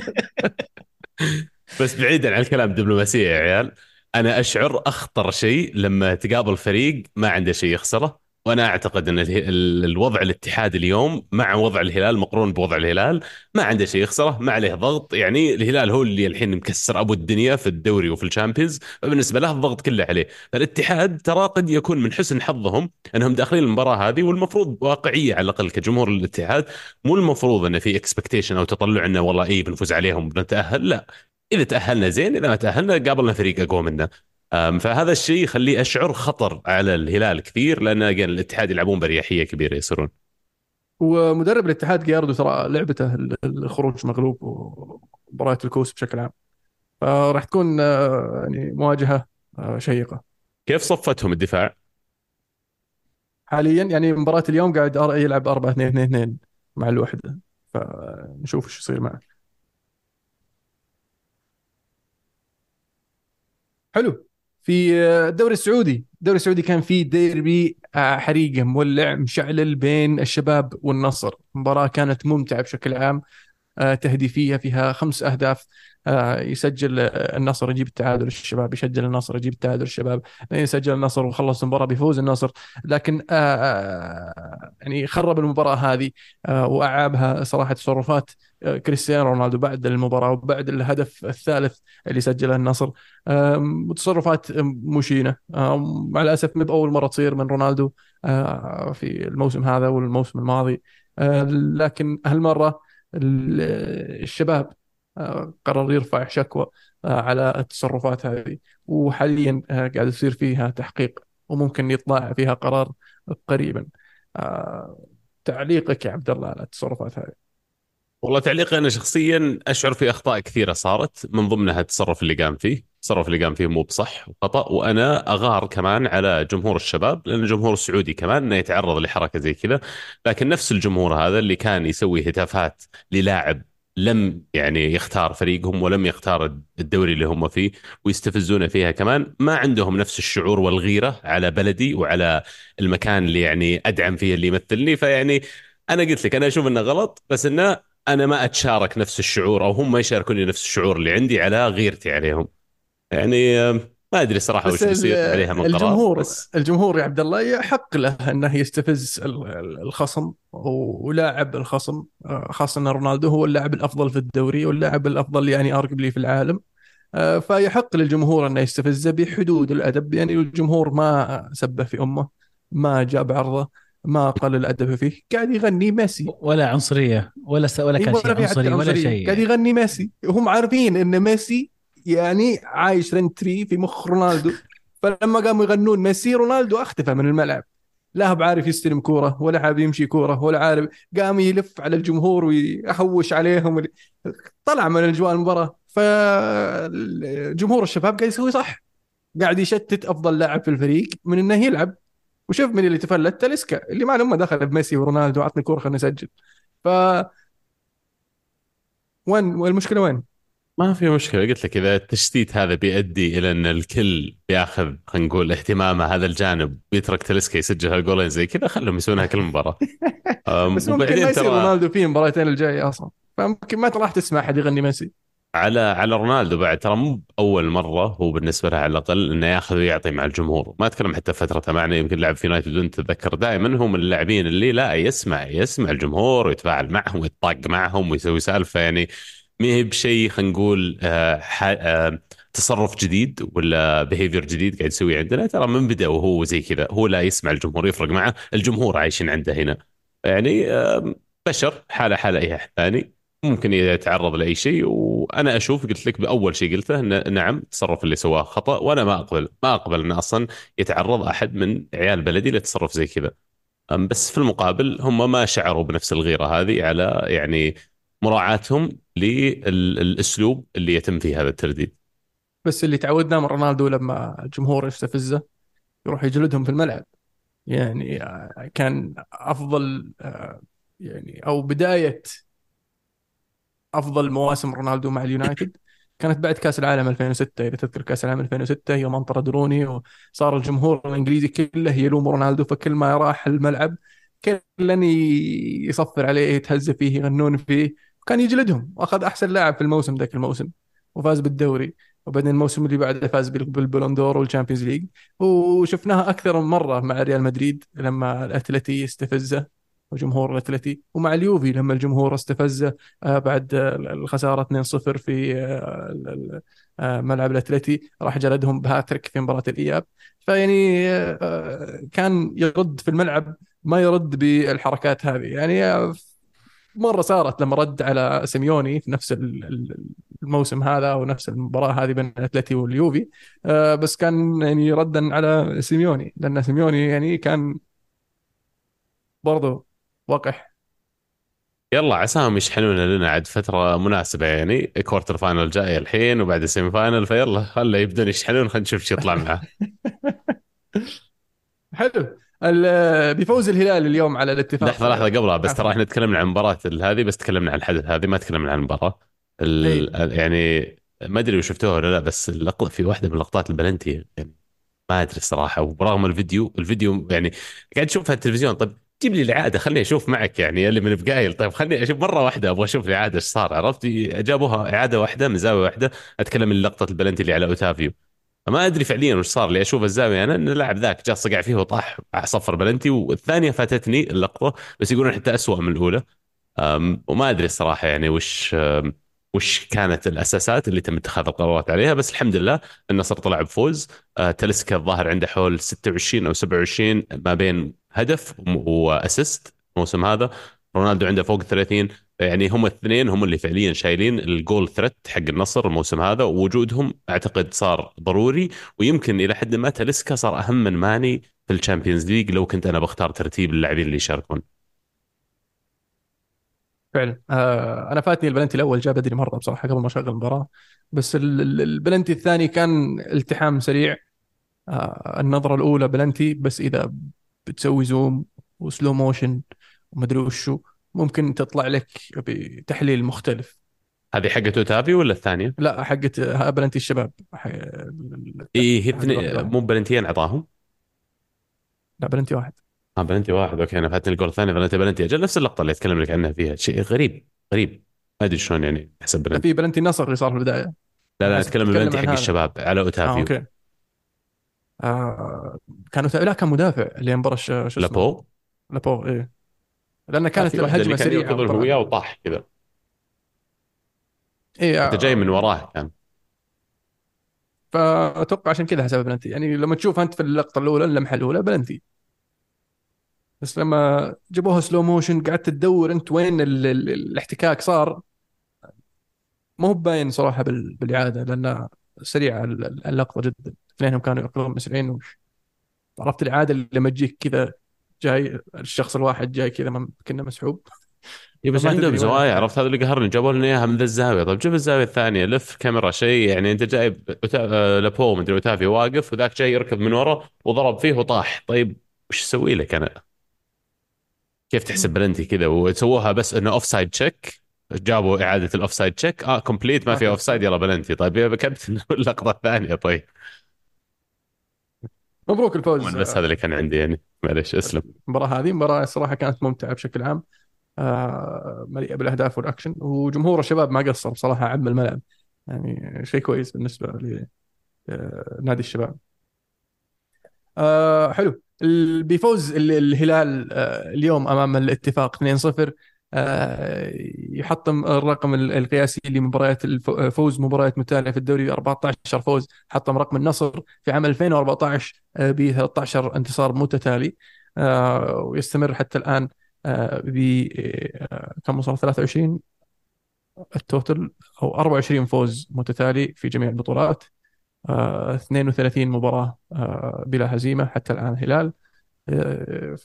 بس بعيدا عن الكلام الدبلوماسيه يا عيال، انا اشعر اخطر شيء لما تقابل فريق ما عنده شيء يخسره. وانا اعتقد ان الوضع الاتحاد اليوم مع وضع الهلال مقرون بوضع الهلال، ما عنده شيء يخسره، ما عليه ضغط. يعني الهلال هو اللي الحين مكسر ابو الدنيا في الدوري وفي الشامبيونز، فبالنسبه له الضغط كله عليه. فالاتحاد ترى قد يكون من حسن حظهم انهم داخلين المباراه هذه، والمفروض واقعيه على الاقل كجمهور الاتحاد. مو المفروض انه في اكسبكتيشن او تطلع انه والله ايه بنفوز عليهم بنتاهل، لا. اذا تاهلنا زين، اذا ما تاهلنا قابلنا فريق اقوى منا. فهذا الشيء يخليه اشعر خطر على الهلال كثير، لان الاتحاد يلعبون برياحيه كبيره يصيرون. ومدرب الاتحاد جياردو ترى لعبته الخروج مغلوب ومباراة الكوس بشكل عام، فراح تكون يعني مواجهة شيقة. كيف صفتهم الدفاع؟ حاليا يعني مباراة اليوم قاعد يلعب 4-2-2-2 مع الوحدة، فنشوف ايش يصير معه. حلو. في الدوري السعودي كان في ديربي حريقة مولع مشعلل بين الشباب والنصر. مباراة كانت ممتعة بشكل عام، تهديفية فيها 5 أهداف. يسجل النصر يجيب التعادل، الشباب يسجل النصر يجيب التعادل، الشباب يسجل النصر وخلص المباراة بيفوز النصر. لكن يعني خرب المباراة هذه وأعابها صراحة تصرفات كريستيانو رونالدو بعد المباراة وبعد الهدف الثالث اللي سجله النصر. تصرفات مشينة مع الأسف، مو بأول مرة تصير من رونالدو في الموسم هذا والموسم الماضي. لكن هالمرة الشباب قرر يرفع شكوى على التصرفات هذه، وحاليا قاعد يصير فيها تحقيق وممكن يطلع فيها قرار قريبا. آه، تعليقك يا عبد الله على التصرفات هذه؟ والله تعليقي انا شخصيا اشعر في اخطاء كثيره صارت، من ضمنها التصرف اللي قام فيه مو بصح وخطا. وانا اغار كمان على جمهور الشباب، لان الجمهور السعودي كمان انه يتعرض لحركه زي كذا. لكن نفس الجمهور هذا اللي كان يسوي هتافات للاعب لم يعني يختار فريقهم ولم يختار الدوري اللي هم فيه، ويستفزونه فيها كمان، ما عندهم نفس الشعور والغيره على بلدي وعلى المكان اللي يعني ادعم فيه اللي يمثلني. فيعني انا قلت لك انا اشوف انه غلط، بس انه انا ما اتشارك نفس الشعور، او هم ما يشاركوني نفس الشعور اللي عندي على غيرتي عليهم. يعني ما ادري صراحه بس وش بيصير عليها من قرار الجمهور بس. الجمهور يا عبد الله يحق له انه يستفز الخصم ولاعب الخصم، خاصه ان رونالدو هو اللاعب الافضل في الدوري واللاعب الافضل يعني ارجبلي في العالم. فيحق للجمهور انه يستفزه بحدود الادب. يعني الجمهور ما سبه في امه، ما جاب عرضه، ما قلل الادب فيه، قاعد يغني ميسي. ولا عنصرية ولا اي كان شيء ولا في حتى عنصري ولا عنصريه، شيء قاعد يعني. يغني ميسي وهم عارفين ان ميسي يعني عايش رنتري في مخ رونالدو. فلما قاموا يغنون ميسي، رونالدو اختفى من الملعب، لا هو بعارف يستلم كوره ولا حاب يمشي كوره ولا عارف. قام يلف على الجمهور ويحوش عليهم، طلع من اجواء المباراه. فجمهور الشباب قاعد يسوي صح، قاعد يشتت افضل لاعب في الفريق من انه يلعب. وشوف من اللي تفلت، تاليسكا اللي ما لما دخل بميسي ورونالدو عطني كوره خلينا نسجل. ف وين المشكله وين؟ ما في مشكله، قلت لك اذا التشتيت هذا بيؤدي الى ان الكل بياخذ خلينا نقول اهتمامه هذا الجانب، بيترك تلسكا يسجل هالجولين زي كذا، خلهم يسوونها كل مباراه. بس ممكن ما وبعدين يصير ترى رونالدو فيه المباراتين الجايه اصلا، فممكن ما راح تسمع احد يغني ميسي. على رونالدو بعد، ترى مو اول مره هو بالنسبه له على الاقل انه ياخذ ويعطي مع الجمهور. ما اتكلم حتى فترته معنا، يمكن لعب في يونايتد وانت تتذكر دائما هو من اللاعبين اللي لا يسمع الجمهور ويتفاعل معهم ويتطاق معهم ويسوي سالفه. يعني ما هي بشيء خلينا نقول تصرف جديد ولا بيهيفير جديد قاعد يسويه عندنا. ترى من بدا وهو زي كذا، هو لا يسمع الجمهور، يفرق معه الجمهور عايشين عنده هنا. يعني بشر حاله اي احد ثاني، ممكن يتعرض لاي شيء. وانا اشوف قلت لك باول شيء قلته إن نعم التصرف اللي سواه خطا، وانا ما اقبل ان اصلا يتعرض احد من عيال بلدي لتصرف زي كذا. بس في المقابل هم ما شعروا بنفس الغيره هذه على يعني مراعاتهم للاسلوب اللي يتم فيه هذا الترديد. بس اللي تعودنا من رونالدو لما الجمهور يستفزه يروح يجلدهم في الملعب. يعني كان افضل يعني او بدايه افضل مواسم رونالدو مع اليونايتد كانت بعد كأس العالم 2006، إذا تذكر كأس العالم 2006 يوم انطرد روني، وصار الجمهور الإنجليزي كله يلوم رونالدو، فكل ما راح الملعب كلن يصفر عليه، يتهز فيه، يغنون فيه، وكان يجلدهم، وأخذ أحسن لاعب في الموسم ذاك الموسم، وفاز بالدوري. وبعدين الموسم اللي بعده فاز بالبلندور والشامبيونز ليج. وشفناها أكثر من مرة مع ريال مدريد لما الأتلتي استفزه، وجمهور الأتلتي، ومع اليوفي لما الجمهور استفزه بعد الخسارة 2-0 في ملعب الأتلتي، راح جلدهم بهاتريك في مباراة الإياب. فيعني كان يرد في الملعب، ما يرد بالحركات هذه يعني. مرة صارت لما رد على سيميوني في نفس الموسم هذا، ونفس المباراة هذه بين الأتلتي واليوفي. بس كان يعني ردا على سيميوني، لأن سيميوني يعني كان برضه وقح. يلا عساهم يشحنون لنا عاد فترة مناسبة، يعني كوارتر فاينل جاي الحين وبعد السيمي فاينل، فيلا خله يبدون يشحنون، خلينا نشوف شو يطلع معه. حلو. بيفوز الهلال اليوم على الاتفاق. لحظة لحظة قبلها بس، ترى عفوا. احنا تكلمنا عن مباراة هذه بس، تكلمنا عن الحدث هذه، ما تكلمنا عن المباراة اي. يعني ما ادري وش شفتوها ولا لا، بس اللقطة في واحدة من لقطات البلنتي يعني ما ادري الصراحة، وبرغم الفيديو يعني قاعد اشوفها التلفزيون، طيب جيب لي الإعادة خليني اشوف معك يعني اللي من بقايل، طيب خليني اشوف مرة واحدة، ابغى اشوف الإعادة ايش صار، عرفت؟ جابوها إعادة واحدة من زاوية واحدة. اتكلم من لقطة البلنتي اللي على اوتافيو، ما ادري فعليا وش صار لي، اشوف الزاويه انا ان اللاعب ذاك جاء صقع فيه وطاح صفر بلنتي، والثانيه فاتتني اللقطه، بس يقولون حتى اسوأ من الاولى. وما ادري الصراحه يعني وش كانت الاساسات اللي تم اتخاذ القرارات عليها، بس الحمد لله النصر طلع بفوز. تلسكا الظاهر عنده حول 26 او 27 ما بين هدف واسيست الموسم هذا، رونالدو عنده فوق 30. يعني هم الاثنين هم اللي فعليا شايلين الجول ثريت حق النصر الموسم هذا، ووجودهم اعتقد صار ضروري، ويمكن الى حد ما تلسكا صار اهم من ماني في الشامبيونز ليج لو كنت انا بختار ترتيب اللاعبين اللي يشاركون. فعلا. انا فاتني البلنتي الاول، جاء بدري مره بصراحه قبل ما اشغل المباراه. بس البلنتي الثاني كان التحام سريع. النظره الاولى بلنتي، بس اذا بتسوي زوم وسلو موشن ومدري وشو، ممكن تطلع لك بتحليل مختلف. هذه حقته اوتافي ولا الثانيه؟ لا، حقت بلنتي الشباب ايه هي اتحاد البرتغال. مو بلنتيين اعطاهم. لا، بلنتي واحد. اه بلنتي واحد، اوكي انا فاتني الجول الثاني، بلنتي اجل نفس اللقطه اللي اتكلم لك عنها فيها، شيء غريب غريب، ما ادري شلون يعني حسب لا، بلنتي. في بلنتي النصر اللي صار في البدايه. لا انا لا حاسب اتكلم تتكلم البلنتي حق عن هذا. الشباب على اوتافيو. اوكي. لا، كان مدافع اللي انبرش شو اسمه. لابو. لابو، ايه. لان لا كانت في واحده اللي الهجمه كان سريعه يركض وطلع. وياه وطاح كذا، ايه. حتى جاي من وراه كان. فاتوقع عشان كذا حسب بلنتي، يعني لما تشوف انت في اللقطه الاولى، اللمحه الاولى بلنتي، بس لما جابوها سلو موشن قعدت تدور انت وين الاحتكاك صار. مو هو باين صراحه بالاعاده، لان سريعه اللقطه جدا، اثنينهم كانوا يركضون مسرعين. عرفت الاعاده اللي لما تجيك كذا، جاي الشخص الواحد جاي كذا، كنا مسحوب. اي بس فما عندهم تدري وين زوايا، الاحتكاك. عرفت؟ هذا اللي قهرني، جابوا لنا اياها من ذا الزاويه، طيب جيب الزاويه الثانيه، لف كاميرا شيء، يعني انت جايب لابو مدري اوتافي واقف، وذاك جاي يركض من ورا وضرب فيه وطاح، طيب وش اسوي لك انا؟ كيف تحسب بلنتي كذا؟ وسووها بس انه اوف سايد تشيك، جابوا اعاده الاوف سايد تشيك، كومبليت ما ما في في اوف سايد، اوفسايد. يلا بلنتي، طيب يا كابتن اللقطه الثانيه طيب. مبروك الفوز. بس هذا اللي كان عندي يعني، معلش اسلم. المباراة هذه مباراة صراحة كانت ممتعة بشكل عام. مليئة بالأهداف والأكشن، وجمهور الشباب ما قصر بصراحة، عم الملعب. يعني شيء كويس بالنسبة لنادي الشباب. حلو. بيفوز الهلال اليوم أمام الاتفاق 2-0. يحطم الرقم القياسي لمباريات فوز مباريات متتالية في الدوري، 14 فوز. حطم رقم النصر في عام 2014 ب 13 انتصار متتالي. ويستمر حتى الآن ب كم وصل 23 التوتل، أو 24 فوز متتالي في جميع البطولات. 32 مباراة بلا هزيمة حتى الآن الهلال. ف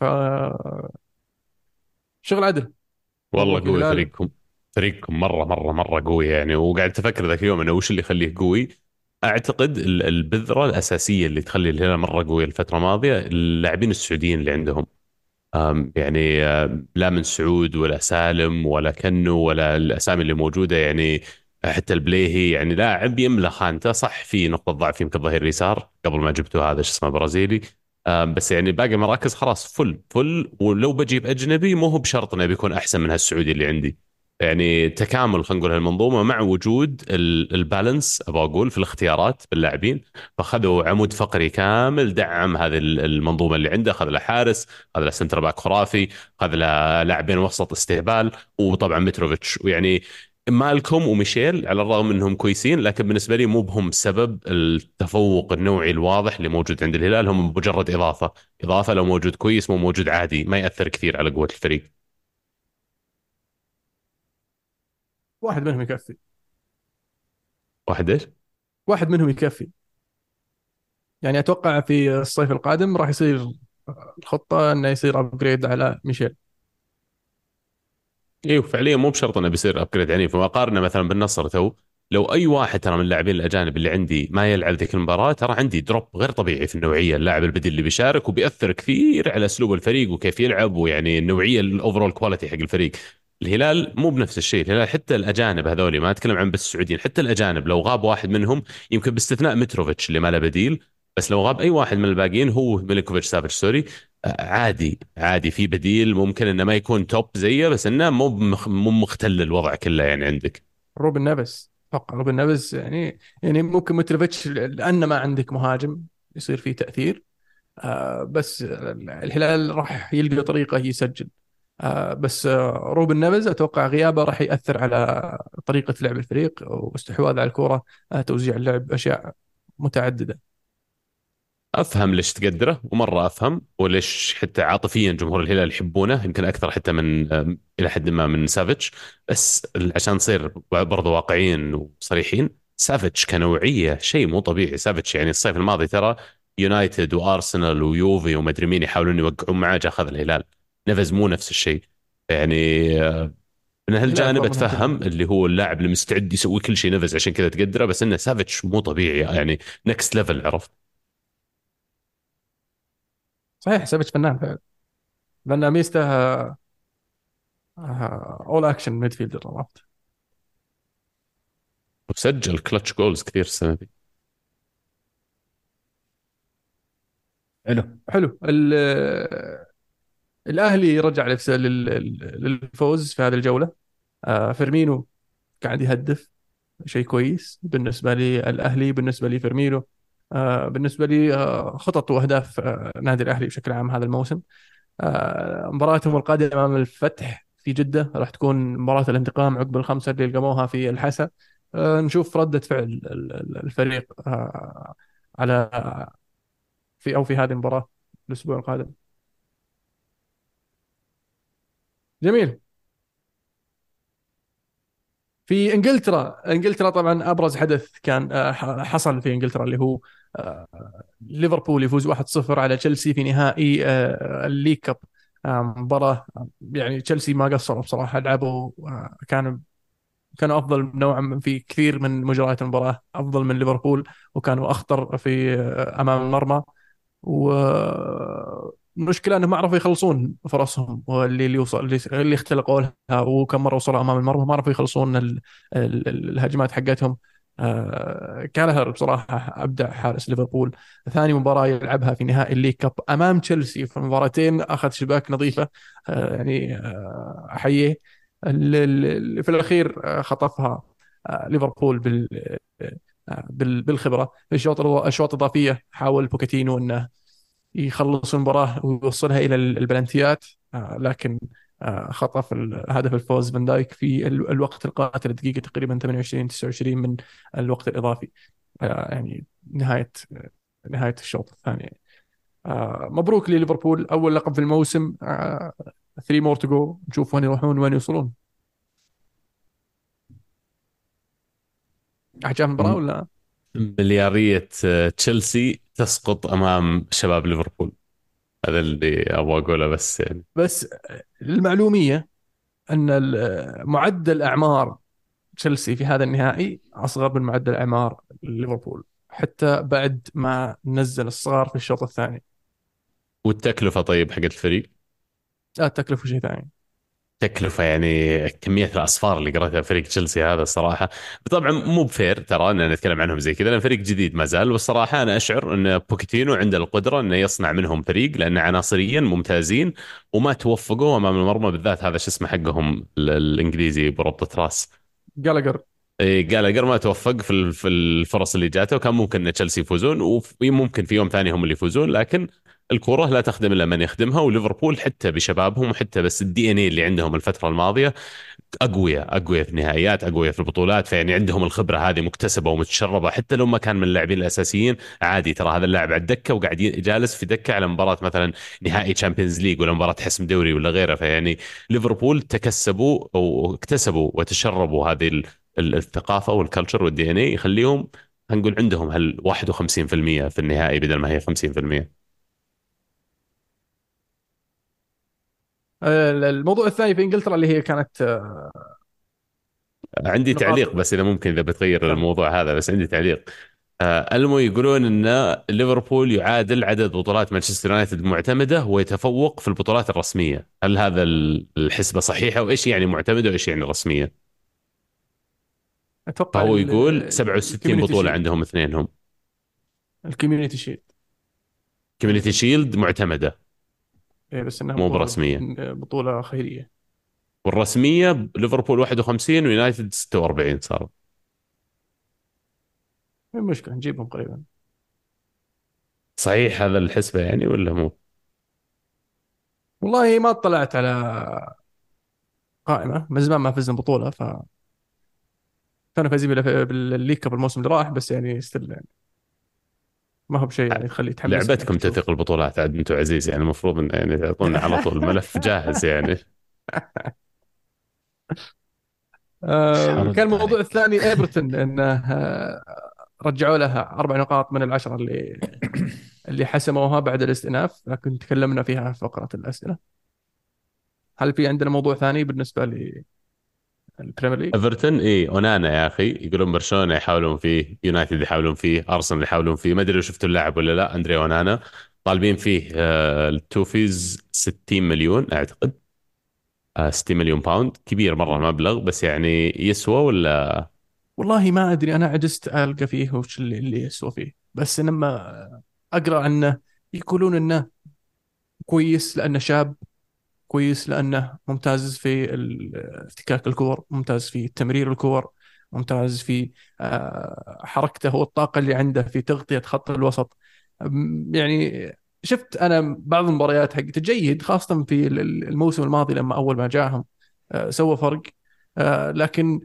شغل عدل. والله مبروك قوي الهلال. فريقكم، فريقكم مره مره مره قوي يعني، وقاعد افكر ذاك اليوم انه وش اللي يخليه قوي. اعتقد البذره الاساسيه اللي تخلي الهلال مره قوي الفتره الماضيه اللاعبين السعوديين اللي عندهم. يعني لا من سعود ولا سالم ولا كنو ولا الاسامي اللي موجوده يعني. حتى البليهي يعني لاعب يملى خانته، صح في نقطة ضعف يمكن ظهير اليسار قبل ما جبتوا هذا شو اسمه برازيلي. بس يعني باقي المراكز خلاص فل فل، ولو بجيب أجنبي مو هو بشرط إنه بيكون أحسن من هالسعودي اللي عندي. يعني تكامل خلينا نقول هالمنظومة مع وجود البالانس أبغى أقول في الاختيارات باللاعبين. فخذوا عمود فقري كامل دعم هذه المنظومة اللي عنده، خذ له حارس، خذ له سنتر باك خرافي، خذ له لاعبين وسط استهبال، وطبعا متروفيتش. ويعني مالكوم وميشيل على الرغم انهم كويسين، لكن بالنسبه لي مو بهم سبب التفوق النوعي الواضح اللي موجود عند الهلال. هم مجرد اضافه، اضافه لو موجود كويس، مو موجود عادي، ما ياثر كثير على قوه الفريق. واحد منهم يكفي. واحد ايش؟ واحد منهم يكفي. يعني اتوقع في الصيف القادم راح يصير الخطه انه يصير ابجريد على ميشيل. ايوه فعليا مو بشرط انه بيصير ابجريد عنيف. وقارنه مثلا بالنصر تو، لو اي واحد ترى من اللاعبين الاجانب اللي عندي ما يلعب ذيك المباراه، ترى عندي دروب غير طبيعي في النوعيه. اللاعب البديل اللي بيشارك وبيأثر كثير على اسلوب الفريق وكيف يلعب، ويعني النوعيه الاوفرول كواليتي حق الفريق. الهلال مو بنفس الشيء. الهلال حتى الاجانب هذول، ما اتكلم عن بس السعوديين، حتى الاجانب لو غاب واحد منهم، يمكن باستثناء متروفيتش اللي ما له بديل، بس لو غاب اي واحد من الباقيين، هو ميليكوفيتش سافيتش سوري، عادي عادي في بديل. ممكن انه ما يكون توب زيه، بس انه مو مختل الوضع كله يعني عندك. روبن نيفز، اتوقع روبن نيفز يعني ممكن متروفيتش لان ما عندك مهاجم يصير فيه تاثير. بس الهلال راح يلقى طريقه يسجل. بس روبن نيفز اتوقع غيابه راح ياثر على طريقه لعب الفريق واستحواذ على الكره، توزيع اللعب، اشياء متعدده. افهم ليش تقدره، ومره افهم وليش حتى عاطفيا جمهور الهلال يحبونه، يمكن اكثر حتى من الى حد ما من سافيتش. بس عشان نصير برضو واقعيين وصريحين، سافيتش كنوعيه شيء مو طبيعي. سافيتش يعني الصيف الماضي ترى يونايتد وارسنال ويوفي ومدري مين يحاولون يوقعون معاه، جا اخذ الهلال. نيفز مو نفس الشيء يعني. من الهلال هالجانب افضل من اتفهم هالجانب. اللي هو اللاعب اللي مستعد يسوي كل شيء نيفز، عشان كذا تقدره. بس انه سافيتش مو طبيعي يعني، نكست ليفل، عرفت؟ صحيح سافيتش فنان فعلا، لان ميزته اول اكشن ميدفيلدر، عرفت. وسجل كلتش جولز كثير السنه دي. حلو. حلو. الاهلي رجع نفسه للفوز في هذه الجوله. فيرمينو قاعد يهدف، شيء كويس بالنسبه لي. الاهلي بالنسبه لي فيرمينو، بالنسبه لي خطط واهداف نادي الاهلي بشكل عام هذا الموسم. مباراتهم القادمه امام الفتح في جده راح تكون مباراه الانتقام عقب الخمسه اللي لقموها في الحسا. نشوف رده فعل الفريق على في هذه المباراه الاسبوع القادم. جميل. في انجلترا طبعا ابرز حدث كان حصل في انجلترا، اللي هو آه، ليفربول يفوز 1-0 على تشيلسي في نهائي الليج كاب. مباراة يعني تشيلسي ما قصروا بصراحة، لعبوا كانوا افضل نوعا ما في كثير من مجريات المباراة، افضل من ليفربول، وكانوا اخطر في امام المرمى. والمشكله انهم ما عرفوا يخلصون فرصهم، واللي يوصل اللي اختلقوا لها، وكم مره وصلوا امام المرمى ما عرفوا يخلصون الهجمات حقتهم. كالهر بصراحه ابدع حارس ليفربول. ثاني مباراه يلعبها في نهائي الليج كاب امام تشيلسي، في مباراتين اخذ شباك نظيفه. يعني احييه. في الاخير خطفها ليفربول بالخبره. في الاشواط الاضافيه حاول بوكيتينو انه يخلص المباراه ويوصلها الى البلنتيات، لكن خطف هدف الفوز فان دايك في الوقت القاتل، الدقيقه تقريبا 28 29 من الوقت الاضافي. يعني نهايه الشوط الثاني. مبروك لليفربول، اول لقب في الموسم. 3 مور تو جو، نشوف وين يروحون وين يوصلون. عجب المباراه ولا؟ مليارية تشيلسي تسقط أمام شباب ليفربول. هذا اللي أبغى أقوله بس يعني. بس للمعلوميه ان معدل اعمار تشيلسي في هذا النهائي أصغر من معدل أعمار ليفربول، حتى بعد ما نزل الصغار في الشوط الثاني. والتكلفة طيب حقت الفريق؟ لا، التكلفة شيء ثاني. تكلفة يعني كمية الأصفار اللي قرأتها فريق تشيلسي هذا الصراحة. طبعا مو بفير ترى أن نتكلم عنهم زي كذا، لأن فريق جديد ما زال، والصراحة أنا أشعر أن بوكيتينو عنده القدرة أنه يصنع منهم فريق، لأن عناصريا ممتازين وما توفقوا أمام المرمى، بالذات هذا شو اسمه حقهم الإنجليزي بربطة راس. جالاجر. إيه، جالاجر ما توفق في الفرص اللي جاته، وكان ممكن ان تشيلسي يفوزون، وممكن في يوم ثاني هم اللي يفوزون، لكن الكرة لا تخدم الا من يخدمها. وليفربول حتى بشبابهم وحتى بس الدي ان اي اللي عندهم الفترة الماضية اقوياء في النهائيات، اقوياء في البطولات، فيعني عندهم الخبره هذه مكتسبه ومتشربه. حتى لو ما كان من اللاعبين الاساسيين عادي، ترى هذا اللاعب على الدكه وقاعد جالس في دكه على مباراه مثلا نهائي تشامبيونز ليج ولا مباراه حسم دوري ولا غيره. فيعني ليفربول تكسبوا او اكتسبوا وتشربوا هذه الثقافه والكلتشر والدي ان اي، يخليهم هنقول عندهم هال 51% في النهائي بدل ما هي 50%. الموضوع الثاني في انجلترا اللي هي كانت عندي نقاط. تعليق بس اذا ممكن، اذا بتغير كم. الموضوع هذا، بس عندي تعليق. المو يقولون ان ليفربول يعادل عدد بطولات مانشستر يونايتد معتمده ويتفوق في البطولات الرسميه. هل هذا الحسبه صحيحه؟ وايش يعني معتمده وايش يعني رسميه؟ اتوقع فهو يقول 67 الكوميونتي بطوله شيلد. عندهم اثنينهم. الكوميونتي شيلد. كوميونتي شيلد معتمده إيه، بس انها مو بطولة برسميه. بطولة خيرية. والرسميه ليفربول 51 ويونايتد 46 صار. إيه المشكلة نجيبهم قريبا. صحيح هذا الحسبه يعني ولا مو؟ والله ما اطلعت على قائمة، من زمان ما فزنا بطولة، ف كانوا فايزين بالليج كاب الموسم اللي راح، بس يعني ستيل يعني ما هو بشيء يعني يخلي يتحمسك انك لعبتكم تشوف. تثيق البطولات عاد انتم عزيز، يعني المفروض ان يعني تعطونا على طول الملف جاهز يعني. كان حرد الموضوع عليك. الثاني ايفرتون، انه رجعوا لها 4 نقاط من العشرة اللي حسموها بعد الاستئناف، لكن تكلمنا فيها في فقرة الأسئلة. هل في عندنا موضوع ثاني بالنسبة للبريمير ليج؟ ايفرتون اي اونانا يا اخي، يقولون برشلونه يحاولون فيه، يونايتد يحاولون فيه، ارسنال يحاولون فيه، ما ادري لو شفتوا اللاعب ولا لا، اندري اونانا. طالبين فيه التوفيز 60 مليون اعتقد. 60 مليون باوند، كبير مره المبلغ، بس يعني يسوى ولا؟ والله ما أدري، أنا عجزت ألقى فيه وش اللي يسوى فيه، بس لما أقرأ عنه يقولون إنه كويس لأنه شاب، كويس لأنه ممتاز في افتكاك الكور، ممتاز في تمرير الكور، ممتاز في حركته والطاقة اللي عنده في تغطية خط الوسط. يعني شفت أنا بعض المباريات حقته جيد، خاصة في الموسم الماضي لما أول ما جاهم سوى فرق. لكن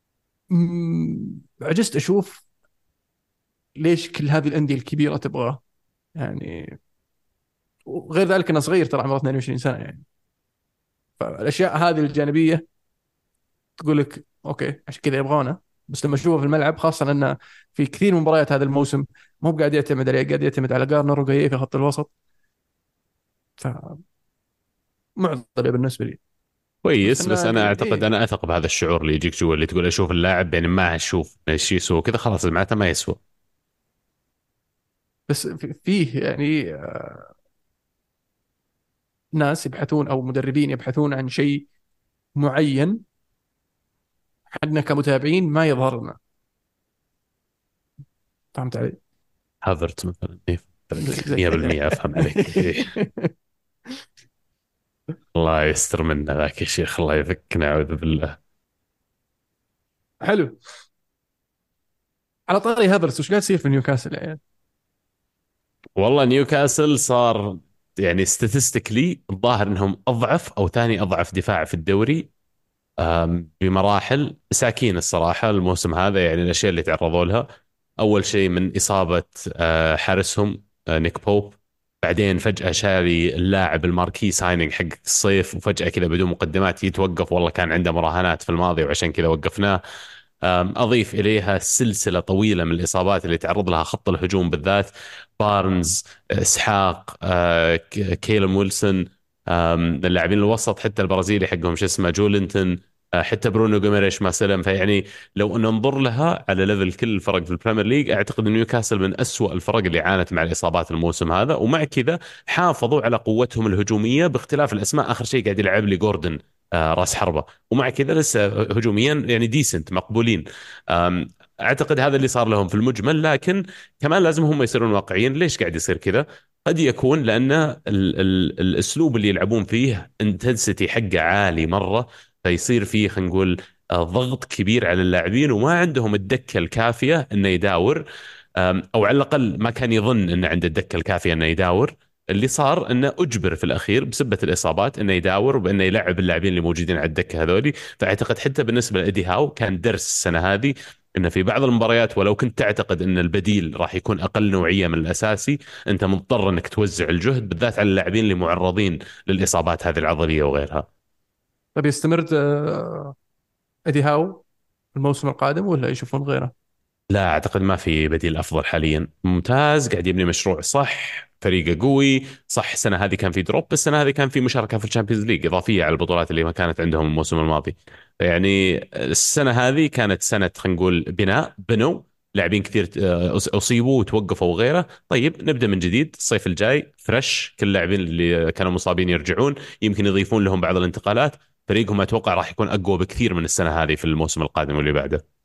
عجزت أشوف ليش كل هذه الأندية الكبيرة تبغاه يعني. وغير ذلك أنه صغير ترى، عمره 22 سنة يعني. فالأشياء هذه الجانبية تقول لك اوكي عشان كذا يبغونه، بس لما اشوفه في الملعب، خاصه انه في كثير من مباريات هذا الموسم مو قاعد يعتمد عليه، قاعد يعتمد على جارنر وجاي في خط الوسط، فمعضله بالنسبه لي. بس كويس، بس انه انا اعتقد إيه. انا اثق بهذا الشعور اللي يجيك جوا، اللي تقول اشوف اللاعب يعني ما اشوف ايش يسوى كذا خلاص معناته ما يسوى. بس فيه يعني ناس يبحثون او مدربين يبحثون عن شيء معين، احنا كمتابعين ما يظهر لنا. فهمت علي؟ هافرت مثلا إيه، زي 100% افهم عليك إيه. الله يستر منا ذاك يا شيخ، الله يفكنا اعوذ بالله. حلو. على طاري هافرتس، وش قاعد يصير في نيوكاسل يعني؟ والله نيوكاسل صار يعني ستاتستيكلي الظاهر انهم اضعف او ثاني اضعف دفاع في الدوري بمراحل. مساكين الصراحه الموسم هذا، يعني الاشياء اللي تعرضوا لها. اول شيء من اصابه حارسهم نيك بوب، بعدين فجاه شاري اللاعب الماركي سايننج حق الصيف، وفجاه كذا بدون مقدمات يتوقف، والله كان عنده مراهنات في الماضي وعشان كذا وقفناه. أضيف إليها سلسلة طويلة من الإصابات اللي تعرض لها خط الهجوم بالذات، بارنز، إسحاق، كيلم ويلسون، اللاعبين الوسط حتى البرازيلي حقهم شو اسمه جولينتون، حتى برونو جوميريش ما سلم. فيعني لو أن ننظر لها على ليفل كل الفرق في البريمير ليج، أعتقد أن نيوكاسل من أسوأ الفرق اللي عانت مع الإصابات الموسم هذا. ومع كذا حافظوا على قوتهم الهجومية باختلاف الأسماء. آخر شيء قاعد يلعب لي جوردن راس حربة، ومع كذا لسه هجوميا يعني ديسنت مقبولين. آم، اعتقد هذا اللي صار لهم في المجمل، لكن كمان لازم هم يصيرون واقعيين. ليش قاعد يصير كذا؟ قد يكون لان الاسلوب اللي يلعبون فيه انتنسيتي حقه عالي مره، فيصير فيه خلينا نقول ضغط كبير على اللاعبين، وما عندهم الدكه الكافيه انه يداور. او على الاقل ما كان يظن انه عنده الدكه الكافيه انه يداور. اللي صار انه اجبر في الاخير بسبه الاصابات انه يداور، وبانه يلعب اللاعبين اللي موجودين على الدكه هذولي. فاعتقد حتى بالنسبه لايدي هاو كان درس السنه هذه، انه في بعض المباريات ولو كنت تعتقد ان البديل راح يكون اقل نوعيه من الاساسي، انت مضطر انك توزع الجهد بالذات على اللاعبين اللي معرضين للاصابات هذه العضليه وغيرها. طيب يستمر ايدي هاو الموسم القادم ولا يشوفون غيره؟ لا اعتقد ما في بديل افضل حاليا، ممتاز، قاعد يبني مشروع صح، فريقه قوي صح. السنه هذه كان في دروب، بس السنه هذه كان في مشاركه في الشامبيونز ليج اضافيه على البطولات اللي ما كانت عندهم الموسم الماضي. يعني السنه هذه كانت سنه خلينا نقول بناء، بنوا لاعبين كثير اصيبوا وتوقفوا وغيره. طيب نبدا من جديد الصيف الجاي فريش، كل اللاعبين اللي كانوا مصابين يرجعون، يمكن يضيفون لهم بعض الانتقالات. فريقهم اتوقع راح يكون اقوى بكثير من السنه هذه في الموسم القادم واللي بعده.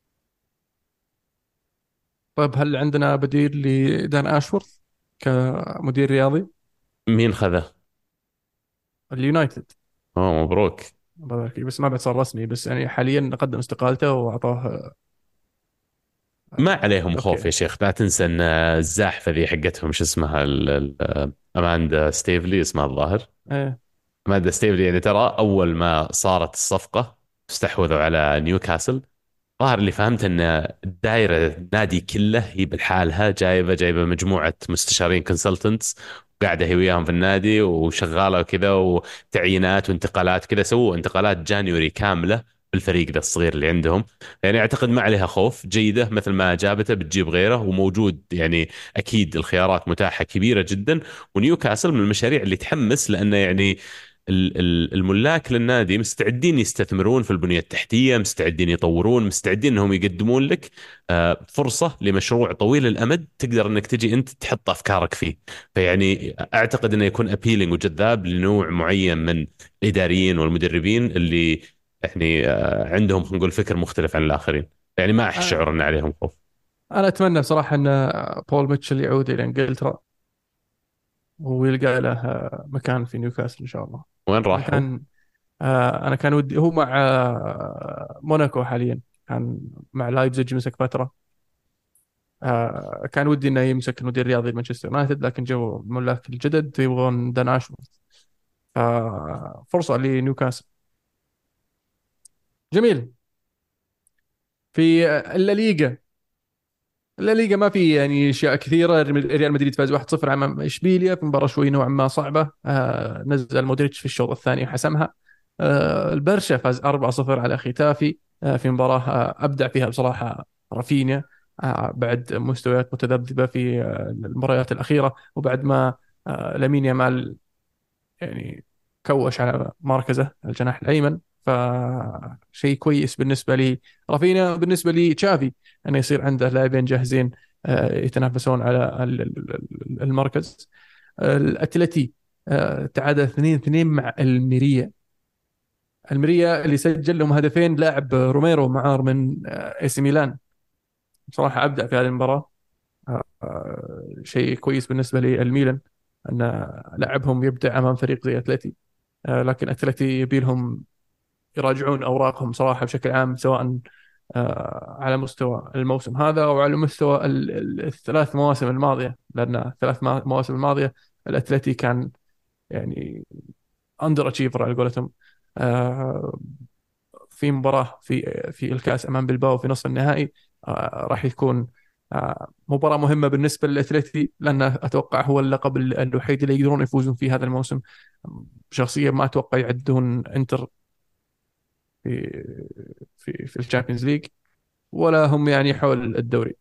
طيب هل عندنا بديل لدان اشورث كمدير رياضي؟ مين خذه؟ اليونايتد. اوه مبروك. الله يبارك فيك. بس ما بعد صار رسمي، بس يعني حاليا قدم استقالته واعطاه ما عليهم خوف اوكي. يا شيخ، لا تنسى ان الزاحفه ذي حقتهم شو اسمها اماندا ستيفلي اسمها الظاهر. ايه. اماندا ستيفلي يعني ترى اول ما صارت الصفقه استحوذوا على نيوكاسل. ظاهر اللي فهمت ان الدائره النادي كله هي بالحالها جايبه مجموعه مستشارين كونسلتنتس، وقاعده هي وياهم في النادي وشغاله وكذا، وتعيينات وانتقالات كذا. سووا انتقالات جانيوري كامله بالفريق ده الصغير اللي عندهم. يعني اعتقد ما عليها خوف، جيده مثل ما جابته بتجيب غيره وموجود يعني. اكيد الخيارات متاحه كبيره جدا. ونيوكاسل من المشاريع اللي تحمس، لانه يعني الملاك للنادي مستعدين يستثمرون في البنية التحتية، مستعدين يطورون، مستعدين انهم يقدمون لك فرصة لمشروع طويل الامد تقدر انك تجي انت تحط افكارك فيه. فيعني اعتقد انه يكون ابيلينج وجذاب لنوع معين من الاداريين والمدربين اللي يعني عندهم خلينا نقول فكر مختلف عن الاخرين. يعني ما انا اشعر ان عليهم خوف. أنا اتمنى بصراحه ان بول ميتشل يعود الى انجلترا ويلقى له مكان في نيوكاسل ان شاء الله. وين انا راح هو؟ كان انا كان ودي هو مع موناكو حاليا، كان مع لايبزيج مسك فتره. كان ودي انه يمسك المدير الرياضي لمانشستر يونايتد، لكن جو ملاك الجدد يبغون دان اشورث، فرصه لنيوكاسل. جميل. في الليغا، الليغا ما في يعني اشياء كثيره. ريال مدريد فاز 1-0 امام اشبيليا في مباراه شوي نوعا ما صعبه، نزل مودريتش في الشوط الثاني وحسمها. البرشا فاز 4-0 على ختافي في مباراه ابدع فيها بصراحه رافينيا، بعد مستويات متذبذبه في المباريات الاخيره، وبعد ما لامين يامال يعني كوش على مركزه الجناح الايمن. فشيء كويس بالنسبه لي رافينا، بالنسبه لي تشافي انه يصير عنده لاعبين جاهزين يتنافسون على المركز. الاتلتي تعادل 2-2 مع الميريا. الميريا اللي سجل لهم هدفين لاعب روميرو معار من اي سي ميلان، بصراحه ابدع في هذه المباراه. شيء كويس بالنسبه للميلان ان لاعبهم يبدع امام فريق زي اتلتي. لكن اتلتي يبي لهم يراجعون اوراقهم صراحه بشكل عام، سواء على مستوى الموسم هذا او على مستوى الثلاث مواسم الماضيه، لان الثلاث مواسم الماضيه الاتلتي كان يعني اندر اتشيفر على قولتهم. آه، في مباراه في الكاس امام بلباو في نصف النهائي راح يكون مباراه مهمه بالنسبه للاتلتي، لانه اتوقع هو اللقب الوحيد اللي يقدرون يفوزون فيه هذا الموسم. شخصيا ما اتوقع يعدون انتر في في الشامبيونز ليج، ولا هم يعني حول الدوري.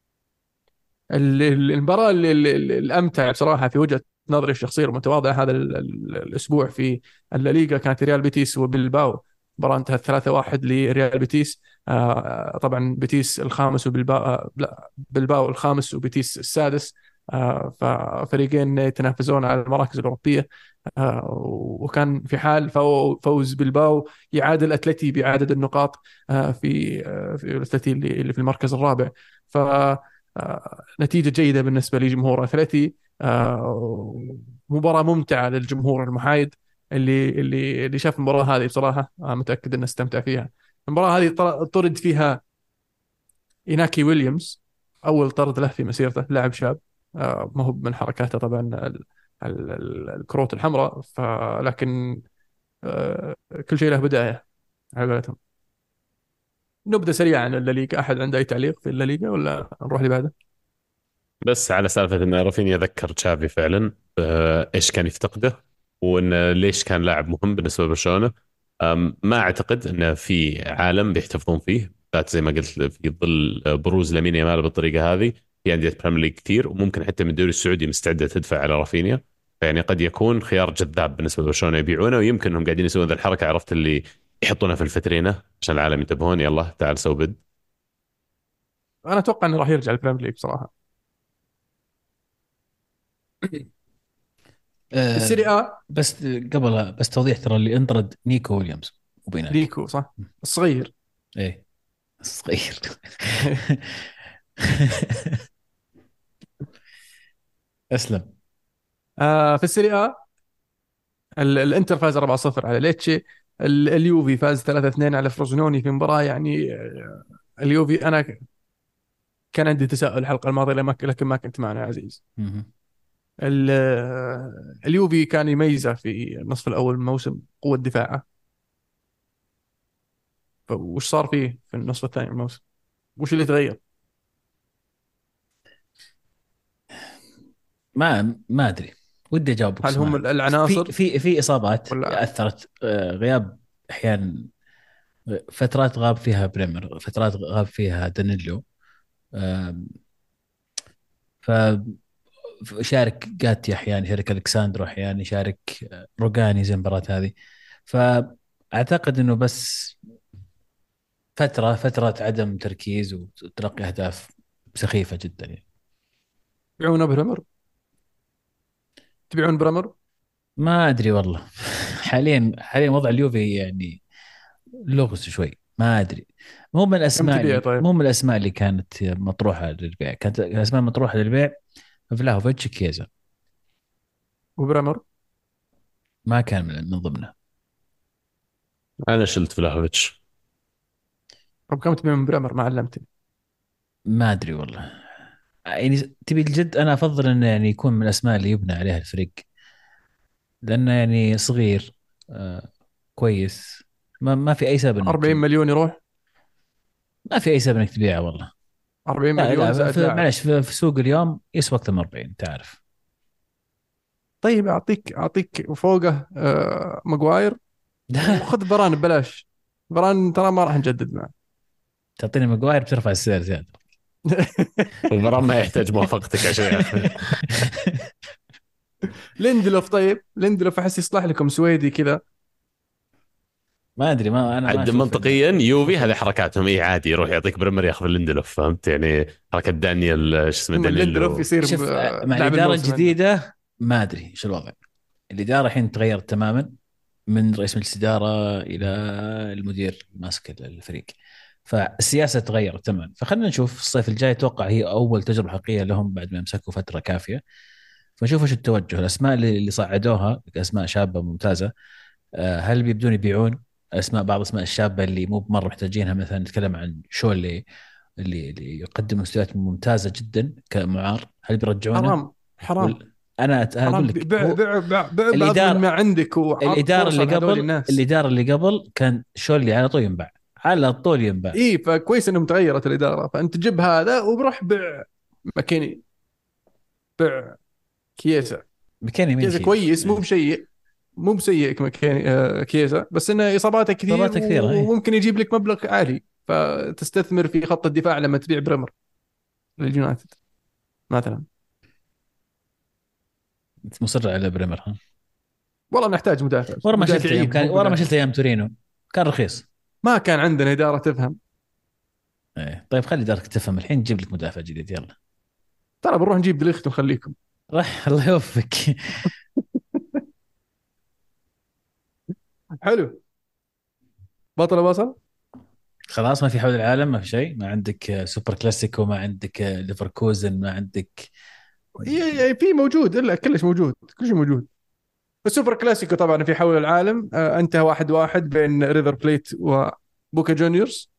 المباراة الأمتع بصراحة في وجهة نظري الشخصية المتواضعة هذا الأسبوع في الليغا كانت ريال بيتيس وبالباو. مباراة انتهت 3-1 لريال بيتيس. طبعا بيتيس الخامس وبالباو لا بلباو الخامس وبيتيس السادس. ففريقين يتنافسون على المراكز الأوروبية. وكان في حال فوز بلباو يعادل أتلتي بعدد النقاط في أتلتي اللي في المركز الرابع. ف نتيجة جيدة بالنسبة لجمهور أتلتي. مباراة ممتعة للجمهور المحايد اللي شاف المباراة هذه بصراحة متأكد أنه استمتع فيها. المباراة هذه طرد فيها إيناكي ويليامز، أول طرد له في مسيرته، لاعب شاب. ما هو من حركاته طبعا الكروت الحمراء، لكن كل شيء له بداية على قولتهم. نبدأ سريعا عن الليغا. أحد عنده أي تعليق في الليغا ولا نروح اللي بعده؟ بس على سالفه ان رافينيا ذكر تشافي فعلا ايش كان يفتقده، وانه ليش كان لاعب مهم بالنسبه لبرشلونه. ما اعتقد انه في عالم بيحتفظون فيه، ذات زي ما قلت في ظل بروز لامين يامال بالطريقه هذه في انديه بريمير ليج كثير، وممكن حتى من الدوري السعودي مستعده تدفع على رافينيا. فيعني قد يكون خيار جذاب بالنسبه لبرشلونه يبيعونه، ويمكن انهم قاعدين يسوون ذا الحركه، عرفت اللي يحطونها في الفترينه عشان العالم ينتبهون، يلا تعال سو بد. أنا أتوقع أنه راح يرجع البريمير ليج بصراحة. في السيري آ بس قبلها بس توضيح، ترى اللي انطرد نيكو ويليامز وبيناكي. نيكو صح، الصغير. ايه صغير. اسلم. في السيري آ الانتر فاز 4-0 على ليتشي. اليوفي فاز 3-2 على فروزنوني في مباراة يعني اليوفي. أنا كان عندي تساؤل الحلقة الماضية لكن ما كنت معنا يا عزيز. مهم. اليوفي كان يميزه في النصف الأول من الموسم قوة دفاعه. وش صار فيه في النصف الثاني من الموسم؟ وش اللي تغير؟ ما ادري، ودي اجاوبك هل هم اسمع. في العناصر في اصابات ولا اثرت، غياب احيانا، فترات غاب فيها بريمر، فترات غاب فيها دانيلو. آم، فشارك جاتي احيانا، يشارك الكساندرو احيانا، يشارك روجاني زي المباراه هذه. فاعتقد انه بس فتره عدم تركيز وتلقي اهداف سخيفه جدا يعني. تبيعون بريمر؟ تبيعون بريمر؟ ما ادري والله. حاليا وضع اليوفي يعني لغز شوي، ما ادري. كم تبيع طيب؟ مو من الاسماء اللي كانت مطروحه للبيع، كانت الاسماء المطروحه للبيع فلاهوفيتش، كيزا، وبريمر؟ ما كان من ضمنه. انا شلت فلاهوفيتش. طب كم تبيعون بريمر؟ ما علمتني. ما ادري والله. يعني تبي الجد، انا افضل انه يعني يكون من الاسماء اللي يبنى عليها الفريق، لانه يعني صغير، كويس. ما في اي سبب 40 انك، مليون يروح. ما في اي سبب انك تبيعه والله. 40 لا مليون لا، زائد لاعب. معلش، في سوق اليوم يسوى اكثر من 40، تعرف. طيب اعطيك فوقه ماجواير، وخذ بران ببلاش. بران ترى ما راح نجدد معه. تعطيني ماجواير بترفع السعر زياده. المباراة ما يحتاج موافقتك عشان ياخذ. ليندلوف، طيب ليندلوف احس يصلح لكم سويدي كذا. ما ادري، ما انا ما عاد اشوف منطقيا انه يوفي هذه خطير. حركاتهم، اي عادي يروح يعطيك بريمير ياخذ ليندلوف، فهمت يعني؟ حركه دانيال شو اسمه ثم ليندلوف دانيلو. يصير شوف، مع لاعب الاداره الموسم عندنا. الجديده ما ادري ايش الوضع. الاداره الحين تغيرت تماما، من رئيس مجلس اداره الى المدير ماسك الفريق، فالسياسه تغيرت تماما. فخلينا نشوف الصيف الجاي، اتوقع هي اول تجربه حقيقيه لهم بعد ما يمسكوا فتره كافيه. فنشوف ايش التوجه، الاسماء اللي صعدوها اسماء شابه ممتازه. هل بيبدون يبيعون اسماء، بعض اسماء الشابه اللي مو بمره محتاجينها؟ مثلا نتكلم عن شولي اللي يقدم مستويات ممتازه جدا كمعار، هل بيرجعونه؟ حرام حرام انا حرام. اقول لك، هو بيع بعض من ما الاداره عندك وعط الاداره فرصة اللي لهذول قبل الناس. الاداره اللي قبل كان شولي على طول ينباع، على طول ينباع. اي فكويس انهم تغيرت الاداره، فانت جيب هذا وبروح بيع ماكيني، بيع كييسا. مكاني مين كييسا يشيل؟ كويس، مو إيه. بشيء، مو بسيء ماكيني كييسا، بس انه اصاباته كثير اصاباته كثيره، ايه. وممكن يجيب لك مبلغ عالي، فتستثمر في خط الدفاع لما تبيع بريمر لليونايتد مثلا. أنت مصر على بريمر، ها؟ والله نحتاج مدافع، ورا ما شلت ايام، مدافعين مو ورا ما بلاعب. شلت ايام تورينو كان رخيص. ما كان عندنا اداره تفهم. ايه طيب، خلي دارك تفهم الحين، جيب لك مدافع جديد يلا. ترى بنروح نجيب دليخت ونخليكم. راح الله يوفقك. حلو. بطل. خلاص ما في حول العالم، ما في شيء، ما عندك سوبر كلاسيكو، ما عندك ليفركوزن، ما عندك. في موجود، الا كلش موجود، كل شيء موجود. السوبر كلاسيكو طبعا في حول العالم، انتهى 1-1 بين ريفر بليت وبوكا جونيورز.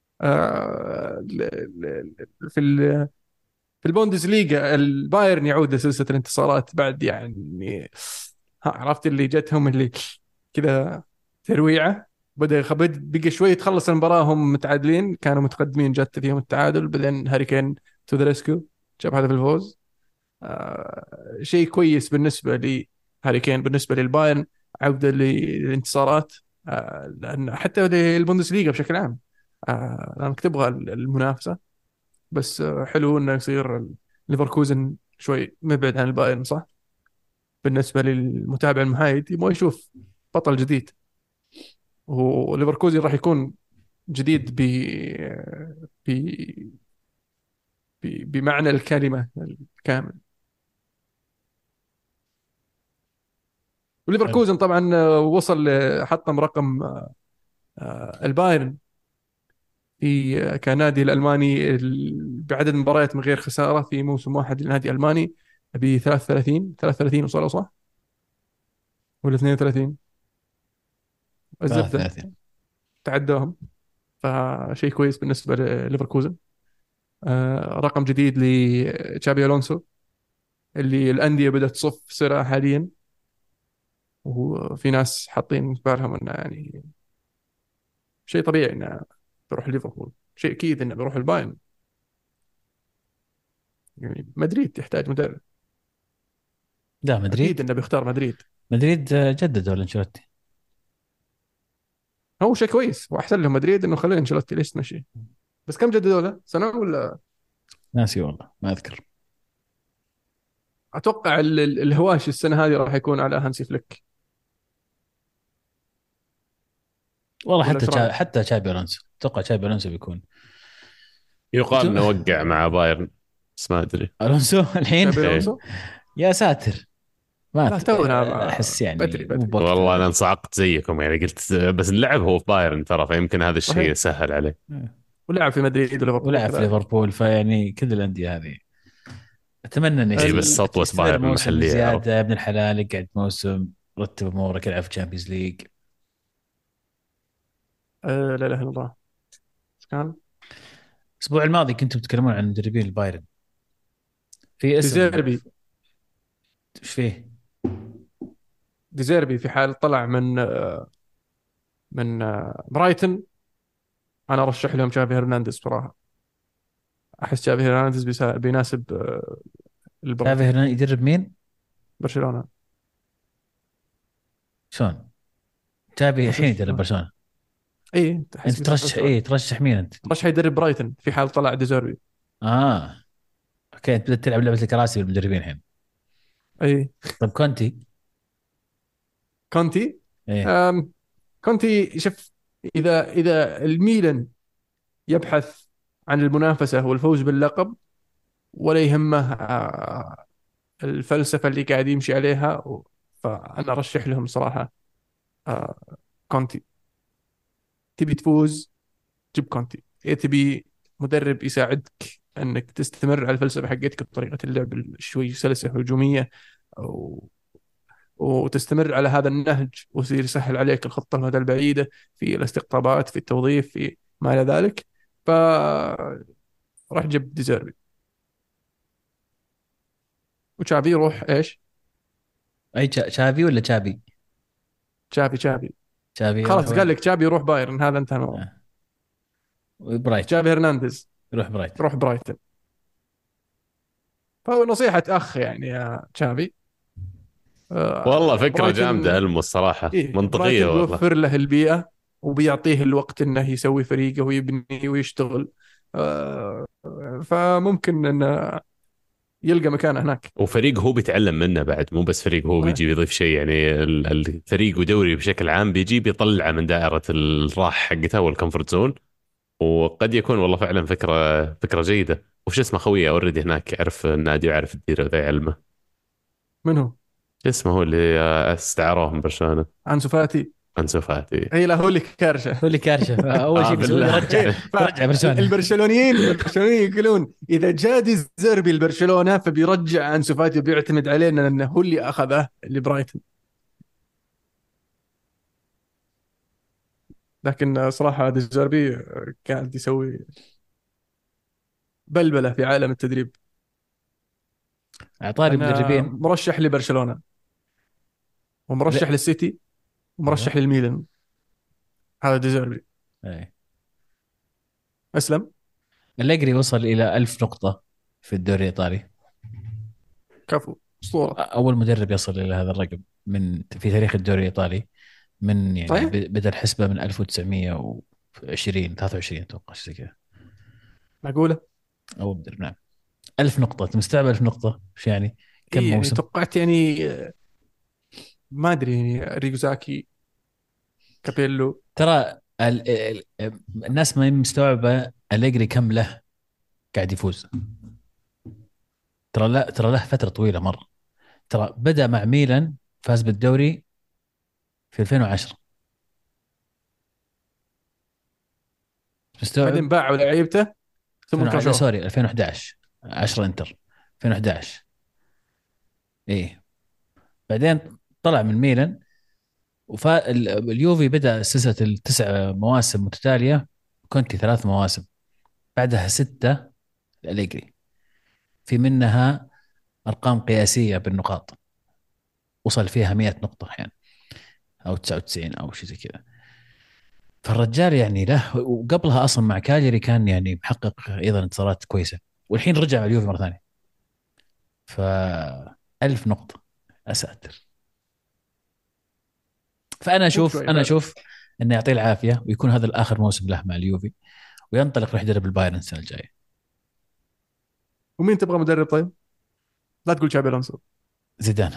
في في البوندسليغا البايرن يعود لسلسلة الانتصارات بعد يعني، عرفت اللي جتهم اللي كذا ترويعة. بقى شوي تخلص المباراة هم متعادلين، كانوا متقدمين جت فيهم التعادل، بعدين هاري كين تو ذا ريسكيو جاب هدف الفوز. شيء كويس بالنسبة لهاري كين، بالنسبة للبايرن عودة للانتصارات. لأن حتى للبوندسليغا بشكل عام، لأنك تبغى المنافسة. بس حلو انه يصير ليفركوزن شوي مبعد عن البايرن، صح؟ بالنسبه للمتابع المحايد يبغى يشوف بطل جديد، وليفركوزن راح يكون جديد ب... بمعنى الكلمه الكامل. حلو. وليفركوزن طبعا وصل حطم رقم البايرن في كنادي الالماني بعدد مباريات من غير خساره في موسم واحد للنادي الالماني، ب 33 وصلوا صح؟ ولا 32؟ الزبده 33. تعدوهم. فشيء كويس بالنسبه لليفركوزن. رقم جديد لتشابي الونسو، اللي الانديه بدات تصف سرعه حاليا، وفي ناس حاطين في بالهم انه يعني شيء طبيعي انه بيروح ليفربول، شيء اكيد انه بيروح البايرن. يعني مدريد يحتاج مدرب، لا اكيد مدريد. انه بيختار مدريد. مدريد جددوا لانشيلوتي. هو شيء كويس، واحسن لهم مدريد انه خليه انشيلوتي، ليش تمشي؟ بس كم جددوا له؟ سنه ولا؟ ناسي والله ما اذكر. اتوقع الهواش السنه هذه راح يكون على هانسي فليك. والله ولا حتى ايش رايك؟ حتى تشابي الونسو، اتوقع تشابي الونسو بيكون. يقال انه وقع مع بايرن بس ما ادري. الونسو الحين. تشابي ايه الونسو. يا ساتر. ما لا تونا احس بدري يعني مو بدري. بوقت. والله انا انصعقت زيكم يعني، قلت بس اللعب هو في بايرن ترى، فيمكن هذا الشيء صحيح. سهل عليه. ولعب في مدريد وليفربول ولعب في كذلك. ليفربول، فيعني كل الانديه هذه. اتمنى انه اي بس سطوة يستمر بايرن موسم محلية عرفت. زياده يا ابن الحلال، يقعد موسم، رتب امورك، يلعب في تشامبيونز ليج. لا اله الا الله. إيش كان؟ الاسبوع الماضي كنتم تتكلمون عن مدربين البايرن، في اسم. ديزيربي. ايش فيه؟ ديزيربي في حال طلع من برايتن، انا ارشح لهم شافي هرنانديز صراحه. احس شافي هرنانديز بيناسب تشافي البرايتن. هرنانديز يدرب مين؟ برشلونه. شلون؟ تشافي بس الحين يدرب برشلونه. برشلونه. اي انت احس ترشح بيسافر. ايه؟ ترشح مين انت؟ رشح يدرب برايتن في حال طلع ديزيربي. اه اوكي، انت بدأت تلعب لعبه الكراسي بالمدربين الحين. اي. طيب كونتي. كونتي. ايه. أم كونتي شوف، اذا الميلان يبحث عن المنافسه والفوز باللقب، ولا يهمه الفلسفة اللي قاعد يمشي عليها فأنا أرشح لهم صراحة آه، كونتي. تبي تفوز جيب كونتي. تبي مدرب يساعدك أنك تستمر على الفلسفة حقتك بطريقة اللعب شوي سلسة هجومية، و... وتستمر على هذا النهج، ويصير يسهل عليك الخطة المدى البعيدة في الاستقطابات، في التوظيف، في ما إلى ذلك. فراح جيب ديزيربي. وشافي يروح إيش؟ اي تشافي ولا تشابي؟ تشافي. تشافي يروح خلاص قال وين؟ لك تشافي يروح بايرن، هذا انتهى الموضوع. آه. برايتن. تشافي هرنانديز يروح برايتن. يروح برايتون. فهو نصيحة أخ يعني يا تشافي. والله فكرة جامدة برايتون. ألمو الصراحة، إيه منطقية برايتون والله. بيوفر له البيئة، وبيعطيه الوقت إنه يسوي فريقه ويبني ويشتغل. آه، فممكن إنه يلقى مكان هناك. وفريق هو بيتعلم منه بعد، مو بس فريق هو صحيح. بيجي بيضيف شيء يعني. الفريق ودوري بشكل عام بيجي بيطلعه من دائرة الراحة حقته والكمفورت زون. وقد يكون والله فعلا فكرة جيدة. وش اسمه خويه اوريدي هناك، يعرف النادي ويعرف الديره ذا علمه. من هو؟ شو اسمه هو اللي استعاروه من برشلونه؟ أنسو فاتي. انسو فاتي. اي لا، هو اللي كارشه. هو اللي كارشه، فاول شيء بيسوي بالله. يرجع إيه، يرجع برشلونه. البرشلونيين يقولون اذا جاد الزربي لبرشلونه فبيرجع انسو فاتي وبيعتمد علينا لانه هو اللي اخذه لبرايتون. لكن صراحه ديزيربي قاعد يسوي بلبله في عالم التدريب. اعطاني انا مدربين. مرشح لبرشلونه، ومرشح لا. للسيتي، ومرشح ايوه. للميلان. هذا ديزيربي. أي. اسلم. أليجري وصل الى 1000 نقطه في الدوري الايطالي. كفو، اسطوره. اول مدرب يصل الى هذا الرقم في تاريخ الدوري الايطالي، من يعني صحيح. بدا الحسبه من 1920 23 اتوقع شيء زي كذا. معقوله. اول مدرب، نعم. 1000 نقطه، انت مستوعب 1000 نقطه ايش يعني؟ كم اي يعني موسم؟ توقعت يعني ما ادري يعني ريغوزاكي، كابيلو. ترى الناس ما هي مستوعبه أليجري كم له قاعد يفوز. ترى له فتره طويله مره. ترى بدا مع ميلان، فاز بالدوري في 2010. بعدين مستوعب؟ باعوا لعيبته ثم 2000 لا كرشوه. سوري 2011. 10 انتر 2011. ايه. بعدين طلع من ميلان، اليوفي بدأ سلسلة التسع مواسم متتالية، كونتي 3 مواسم، بعدها 6 الأليجري، في منها أرقام قياسية بالنقاط، وصل فيها 100 نقطة أحيانا، أو 99 أو شيء زي كذا. فالرجال يعني له، وقبلها أصلا مع كاليري كان يعني محقق أيضا انتصارات كويسة، والحين رجع مع اليوفي مرة ثانية. ف 1000 نقطة، أساتر. فأنا مو أشوف بشوي أنا فعلا. أشوف إنه يعطيه العافية، ويكون هذا الآخر موسم له مع اليوفي، وينطلق يروح يدرب البايرن السنة الجاية. ومين تبغى مدرب طيب؟ لا تقول شابي الونسو. زيدان.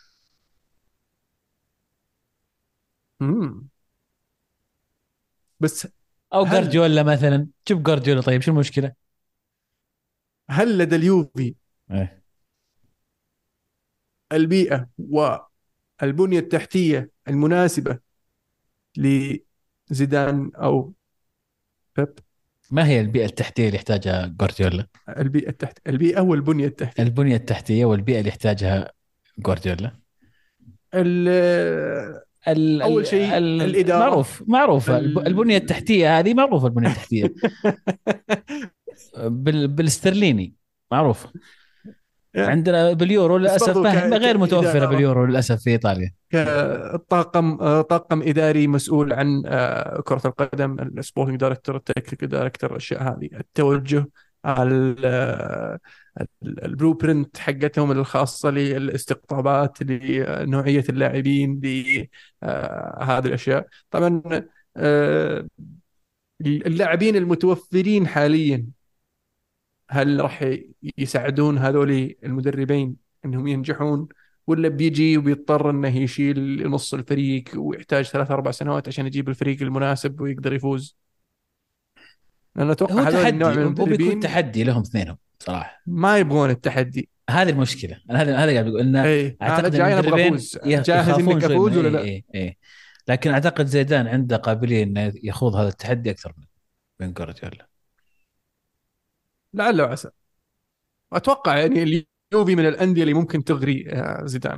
امم بس او هل جارديولا مثلا، جيب جارديولا طيب، شو المشكله؟ هل لدى اليوفي ايه. البيئة والبنية التحتية المناسبة لزيدان أو بيب؟ ما هي البيئه التحتيه اللي يحتاجها جارديولا؟ البيئة والبنية التحتية. البنيه التحتيه والبيئه اللي يحتاجها جارديولا. ال- أول شيء الإدارة. معروفه البنيه ال... التحتيه هذه، معروفه البنيه التحتيه. بالاسترليني معروفه. عندنا باليورو بس للاسف برضو ما هي غير متوفره كإدارة، باليورو للاسف في ايطاليا. طاقم اداري مسؤول عن كرة القدم، السبورتنج دايركتور، التكنيكال دايركتور، الاشياء هذه، التوجه، البلو برنت حقتهم الخاصة للاستقطابات، لنوعية اللاعبين، لهذه الاشياء طبعا. آه، اللاعبين المتوفرين حاليا هل راح يساعدون هذول المدربين انهم ينجحون، ولا بيجي وبيضطر انه يشيل نص الفريق ويحتاج 3 4 سنوات عشان يجيب الفريق المناسب ويقدر يفوز؟ لأن هو اتوقع هذول النوع تحدي، من هو بيكون المدربين تحدي لهم اثنينهم صراحه. ما يبغون التحدي. هذه المشكله، انا هذا قاعد بقول انه اي انا اعتقد ان جاي، انا ابغى المدربين افوز، جاهز يخافون انك شوي من افوز ولا اي لا؟ اي اي. لكن اعتقد زيدان عنده قابليه انه يخوض هذا التحدي اكثر من جوارديولا. لعل وعسى. اتوقع يعني اليوفي من الانديه اللي ممكن تغري زيدان،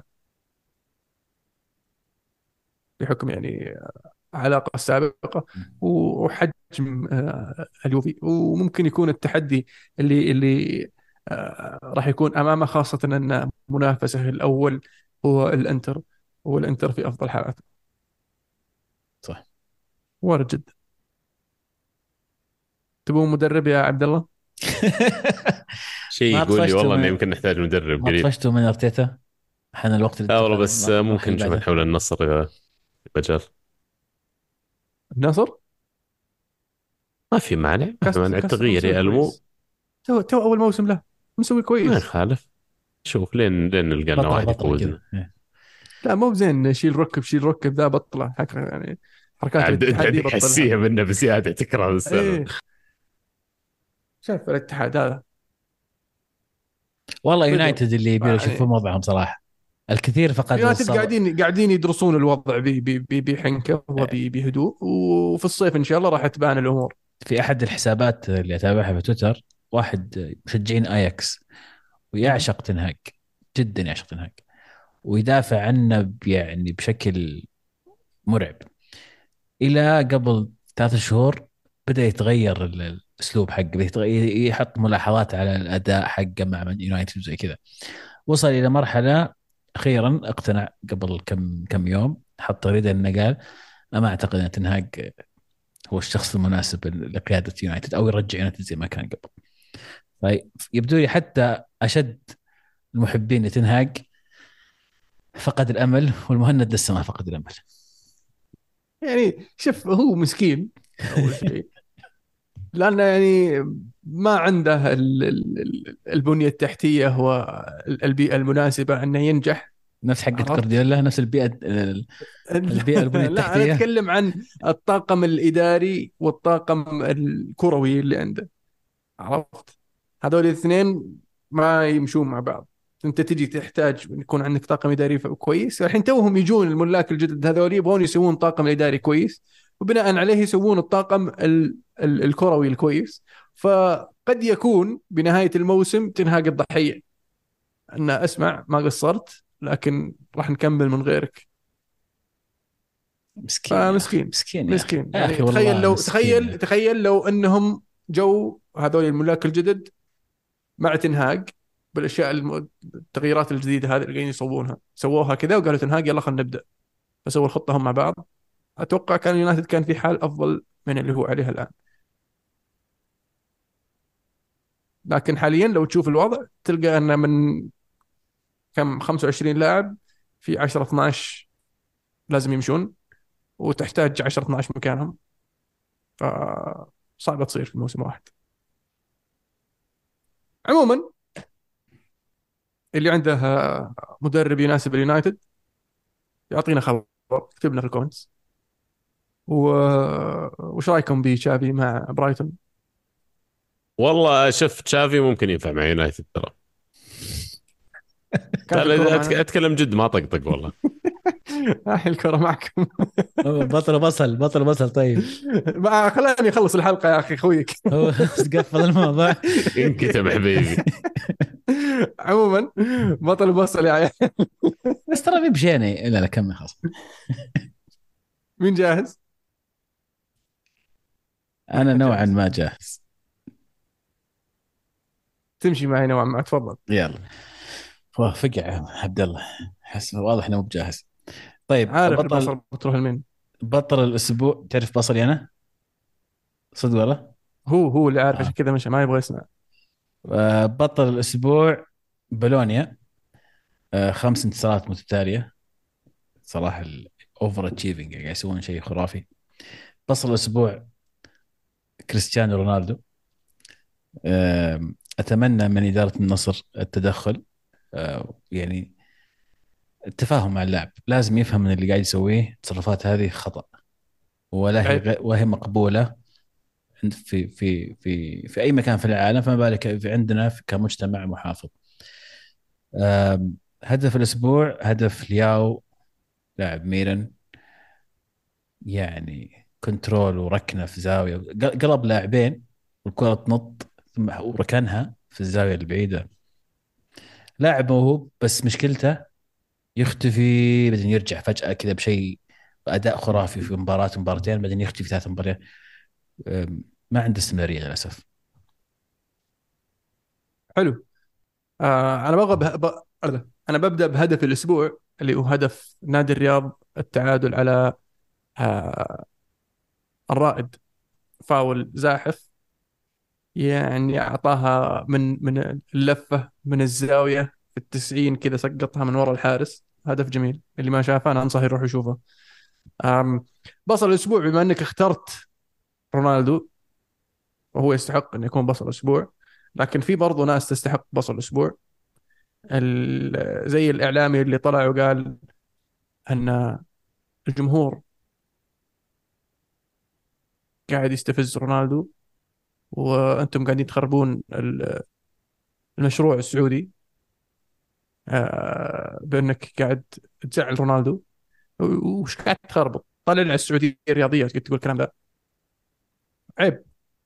بحكم يعني علاقة سابقة وحجم اليوفي، وممكن يكون التحدي اللي راح يكون أمامه، خاصة أن منافسه الأول هو الإنتر، والإنتر في أفضل حالاته. صح. وارد جدا. تبون مدرب يا عبد الله؟ شيء ما يقول لي طفشتوا والله انه من يمكن نحتاج مدرب ما قريب. طفشتوا من ارتيتا؟ حان الوقت لا والله، الانتقال بس المرحله ممكن اللي نشوف بعدها. نحول النصر في مجال. النصر ما في مانع كاسترو التغيير مسوي يا المو. كويس، تو أول موسم له مسوي ما كويس. يخالف. شوف لين نلقى لنا بطله واحد بطله يقودنا. كذا إيه. لا مو بزين، شيل ركب ذا بطله يعني حركات انت الاتحاد دي عندك بطلها. حساسيه منه بزياده، تكره السبب. ايه، شايف الاتحاد هذا والله بدوا يونايتد اللي يبي يشوفون يعني. وضعهم صراحه. الكثير فقد يونايتد الصبر. قاعدين يدرسون الوضع بحنكه وبهدوء، وفي الصيف ان شاء الله راح تبان الامور. في احد الحسابات اللي اتابعها في تويتر واحد مشجعين اياكس مم. ويعشق تنهاج، جدا يعشق تنهاج، ويدافع عنه يعني بشكل مرعب. الى قبل 3 شهور بدأ يتغير الاسلوب حقه، بدأ يحط ملاحظات على الاداء حقه مع من يونايتد وزي كذا. وصل الى مرحله اخيرا اقتنع قبل كم يوم، حط تغريده انه قال: أنا ما اعتقد ان تنهاج هو الشخص المناسب لقياده يونايتد او يرجع يونايتد زي ما كان قبل. فيبدو لي حتى اشد المحبين لتنهاج فقد الامل، والمهند لسه ما فقد الامل. يعني شوف، هو مسكين اول شيء، لانه يعني ما عنده البنيه التحتيه والبيئه المناسبه انه ينجح. نفس حقة عرفت؟ جوارديولا، نفس البيئه، البنيه لا، انا التحتيه. اتكلم عن الطاقم الاداري والطاقم الكروي اللي عنده. عرفت؟ هذول الاثنين ما يمشون مع بعض. انت تجي تحتاج يكون عندك طاقم اداري كويس. الحين توهم يجون الملاك الجدد هذول يبغون يسوون طاقم اداري كويس، وبناء عليه يسوون الطاقم الكروي الكويس. فقد يكون بنهاية الموسم تنهاج الضحية، ان اسمع ما قصرت لكن راح نكمل من غيرك. مسكين يا اخي، فمسكين. مسكين يا اخي، مسكين يا اخي يعني. تخيل والله لو مسكين يا تخيل اخي. تخيل لو انهم جو هذول الملاك الجدد مع تنهاج بالاشياء التغييرات الجديده هذه اللي قاعدين يسوونها، سووها كذا وقالوا تنهاج يلا خلينا نبدا، فسووا الخطه هم مع بعض. اتوقع كان يونايتد كان في حال افضل من اللي هو عليه الان. لكن حاليا لو تشوف الوضع تلقى ان من كم 25 لاعب في 10 12 لازم يمشون، وتحتاج 10 12 مكانهم. فصعبه تصير في موسم واحد. عموما، اللي عنده مدرب يناسب اليونايتد يعطينا خبر، اكتبنا في الكومنتس. و... وش رايكم بشافي مع برايتون؟ والله شوف، تشافي ممكن ينفع مع يونايتد ترى. لا كانت الكرة لا، معنا. اتكلم جد ما طقطق والله. هاي الكرة معكم. بطل بصل، بطل بصل. طيب ما خلاني اخلص الحلقة يا اخي خويك. هو قفل الموضوع. انكتب حبيبي. عموما، بطل بصل يا عيال. بس ترى في بشيني. لا لا كمل خلاص. مين جاهز؟ ما انا حد نوعا جاهز. ما جاهز. تمشي معي نوعا ما، تفضل. يلا. هو فقع عبد الله، حس واضح انه مو بجاهز. طيب عارف بطل، البصل بتروح لمين. بطل الاسبوع. تعرف بصلي انا صدق والله. هو اللي عارف، آه. عشان كذا مش ما يبغى يسمع. بطل الاسبوع بولونيا، 5 انتصارات متتاليه. صراحه الاوفر اتشيفنج قاعد يسوون شيء خرافي. بطل الاسبوع كريستيانو رونالدو. اتمنى من اداره النصر التدخل، يعني التفاهم مع اللاعب. لازم يفهم ان اللي قاعد يسويه التصرفات هذه خطأ، عيب. وهي مقبولة في اي مكان في العالم، فما بالك في عندنا كمجتمع محافظ. هدف الاسبوع هدف لياو، لاعب ميلان، يعني كنترول وركنه في زاويه، قلب لاعبين والكره تنط ثم وركنها في الزاويه البعيده. لاعب موهوب، بس مشكلته يختفي بعدين يرجع فجاه كذا بشيء، اداء خرافي في مباراه مباراتين بعدين يختفي في 3 مباريات. ما عنده استمراريه للاسف. حلو. انا انا ببدا بهدف الاسبوع اللي هو هدف نادي الرياض، التعادل على آه الرائد. فاول زاحف، يعني أعطاها من اللفة من الزاوية في 90 كذا، سقطها من وراء الحارس. هدف جميل، اللي ما شافه أنا أنصح يروح يشوفه. أم بصل الأسبوع، بما أنك اخترت رونالدو وهو يستحق أن يكون بصل الأسبوع، لكن في برضو ناس تستحق بصل الأسبوع. زي الإعلامي اللي طلع وقال أن الجمهور قاعد يستفز رونالدو، وأنتم قاعدين تخربون المشروع السعودي. بانك قاعد تزعل رونالدو، وش قاعد تخربط، طلع على السعوديه الرياضيه قلت تقول الكلام ده، عيب.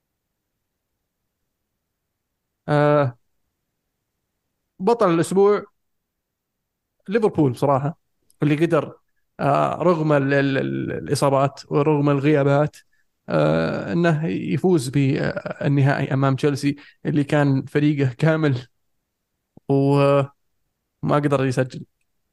آه بطل الاسبوع ليفربول صراحه، اللي قدر رغم الاصابات ورغم الغيابات انه يفوز بالنهائي امام تشيلسي اللي كان فريقه كامل وما قدر يسجل.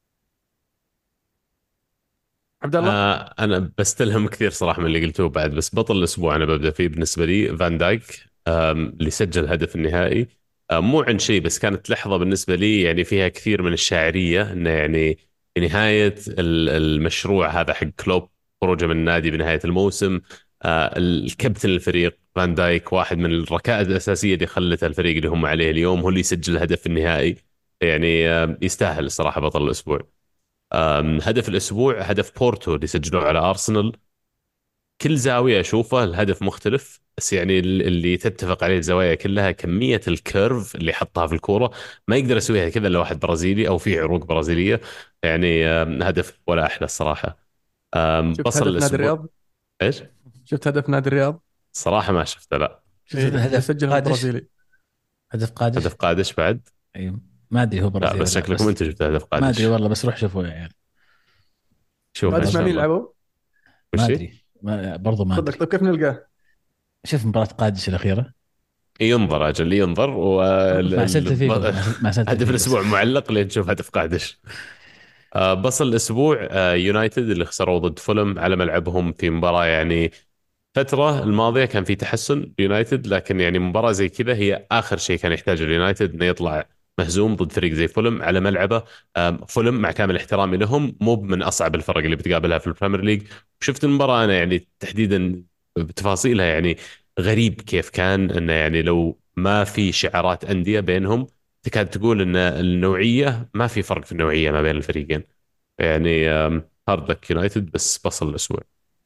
عبد الله. انا بستلهم كثير صراحه من اللي قلتوه بعد، بس بطل الاسبوع انا ببدا فيه بالنسبه لي فان دايك. اللي سجل هدف النهائي. مو عن شيء، بس كانت لحظه بالنسبه لي يعني فيها كثير من الشاعريه، انه يعني في نهايه المشروع هذا حق كلوب، خروجه من النادي بنهايه الموسم. الكابتن الفريق فان دايك واحد من الركائز الاساسيه اللي خلت الفريق اللي هم عليه اليوم هو اللي يسجل الهدف النهائي. يعني يستاهل الصراحه بطل الاسبوع. هدف الأسبوع هدف بورتو اللي سجلوه على أرسنال. كل زاوية أشوفه الهدف مختلف، بس يعني اللي تتفق عليه الزوايا كلها كمية الكيرف اللي حطها في الكورة. ما يقدر يسويها كذا إلا واحد برازيلي أو في عروق برازيلية. يعني هدف ولا أحلى الصراحة. شفت بصل هدف نادي الأسبوع. الرياض؟ إيش؟ شفت هدف نادي الرياض؟ صراحة ما شفته، لا. شفت اللي هدف سجله قادش؟ البرازيلي. هدف قادش. هدف قادش بعد. ايوه. ما ادري هو لا برازيلي بس ولا لا، شكلكم بس أنتم شفتوا هدف ما ادري قادش. والله، بس روح شوفوا يا عيال. شوف إن قادش مع شاء مين الله. لعبوا؟ ما وش هي؟ ادري، برضو ما خذ لك، ادري. طيب كيف نلقاه؟ شوف مباراة قادش الأخيرة ينظر أجل ينظر مع سلتا فيجو، مع سلتا هدف فيجو. الأسبوع معلق لين نشوف هدف قادش. بصل الأسبوع يونايتد اللي خسروا ضد فولم على ملعبهم في مباراة يعني. فترة الماضية كان في تحسن اليونايتد، لكن يعني مباراة زي كذا هي آخر شيء كان يحتاجه اليونايتد، انه يطلع مهزوم ضد فريق زي فولم على ملعبه. فولم مع كامل احترامي لهم مو من أصعب الفرق اللي بتقابلها في البريمير ليج. شفت المباراة أنا يعني تحديدا بتفاصيلها، يعني غريب كيف كان انه يعني لو ما في شعارات أندية بينهم تكاد تقول ان النوعية ما في فرق في النوعية ما بين الفريقين. يعني هارد لك يونايتد، بس بصل الأسبوع.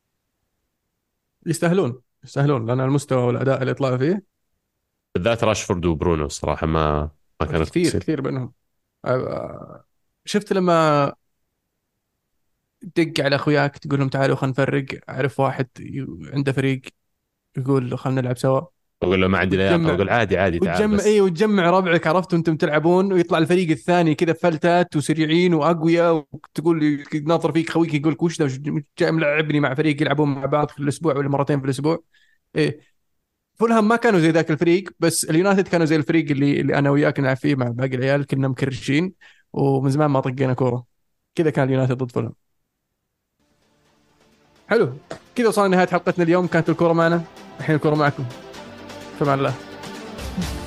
يستاهلون يستاهلون، لان المستوى والاداء اللي طلعوا فيه بالذات راشفورد وبرونو الصراحة ما كانوا كثير كويسين. كثير بينهم. شفت لما تدق على اخوياك تقول لهم تعالوا خلينا نفرق، اعرف واحد عنده فريق يقول له خلينا نلعب سوا، أقول له ما عندي لياقة، وتجمع أقول عادي عادي تعال وتجمع بس. اي وتجمع ربعك، عرفت، وانتم تلعبون ويطلع الفريق الثاني كذا فلتات وسريعين واقوياء، وتقول ناظر فيك خويك يقول وش ذا، جاي ملعبني مع فريق يلعبون مع بعض في الاسبوع ولا مرتين في الاسبوع. إيه. فولهام ما كانوا زي ذاك الفريق، بس اليونايتد كانوا زي الفريق اللي انا وياك نلعب فيه مع باقي العيال، كنا مكرشين ومن زمان ما طقينا كوره. كذا كان اليونايتد ضد فولهام. حلو. كذا وصلنا نهايه حلقتنا اليوم، كانت الكوره معنا، الحين الكوره معكم. فمع الله.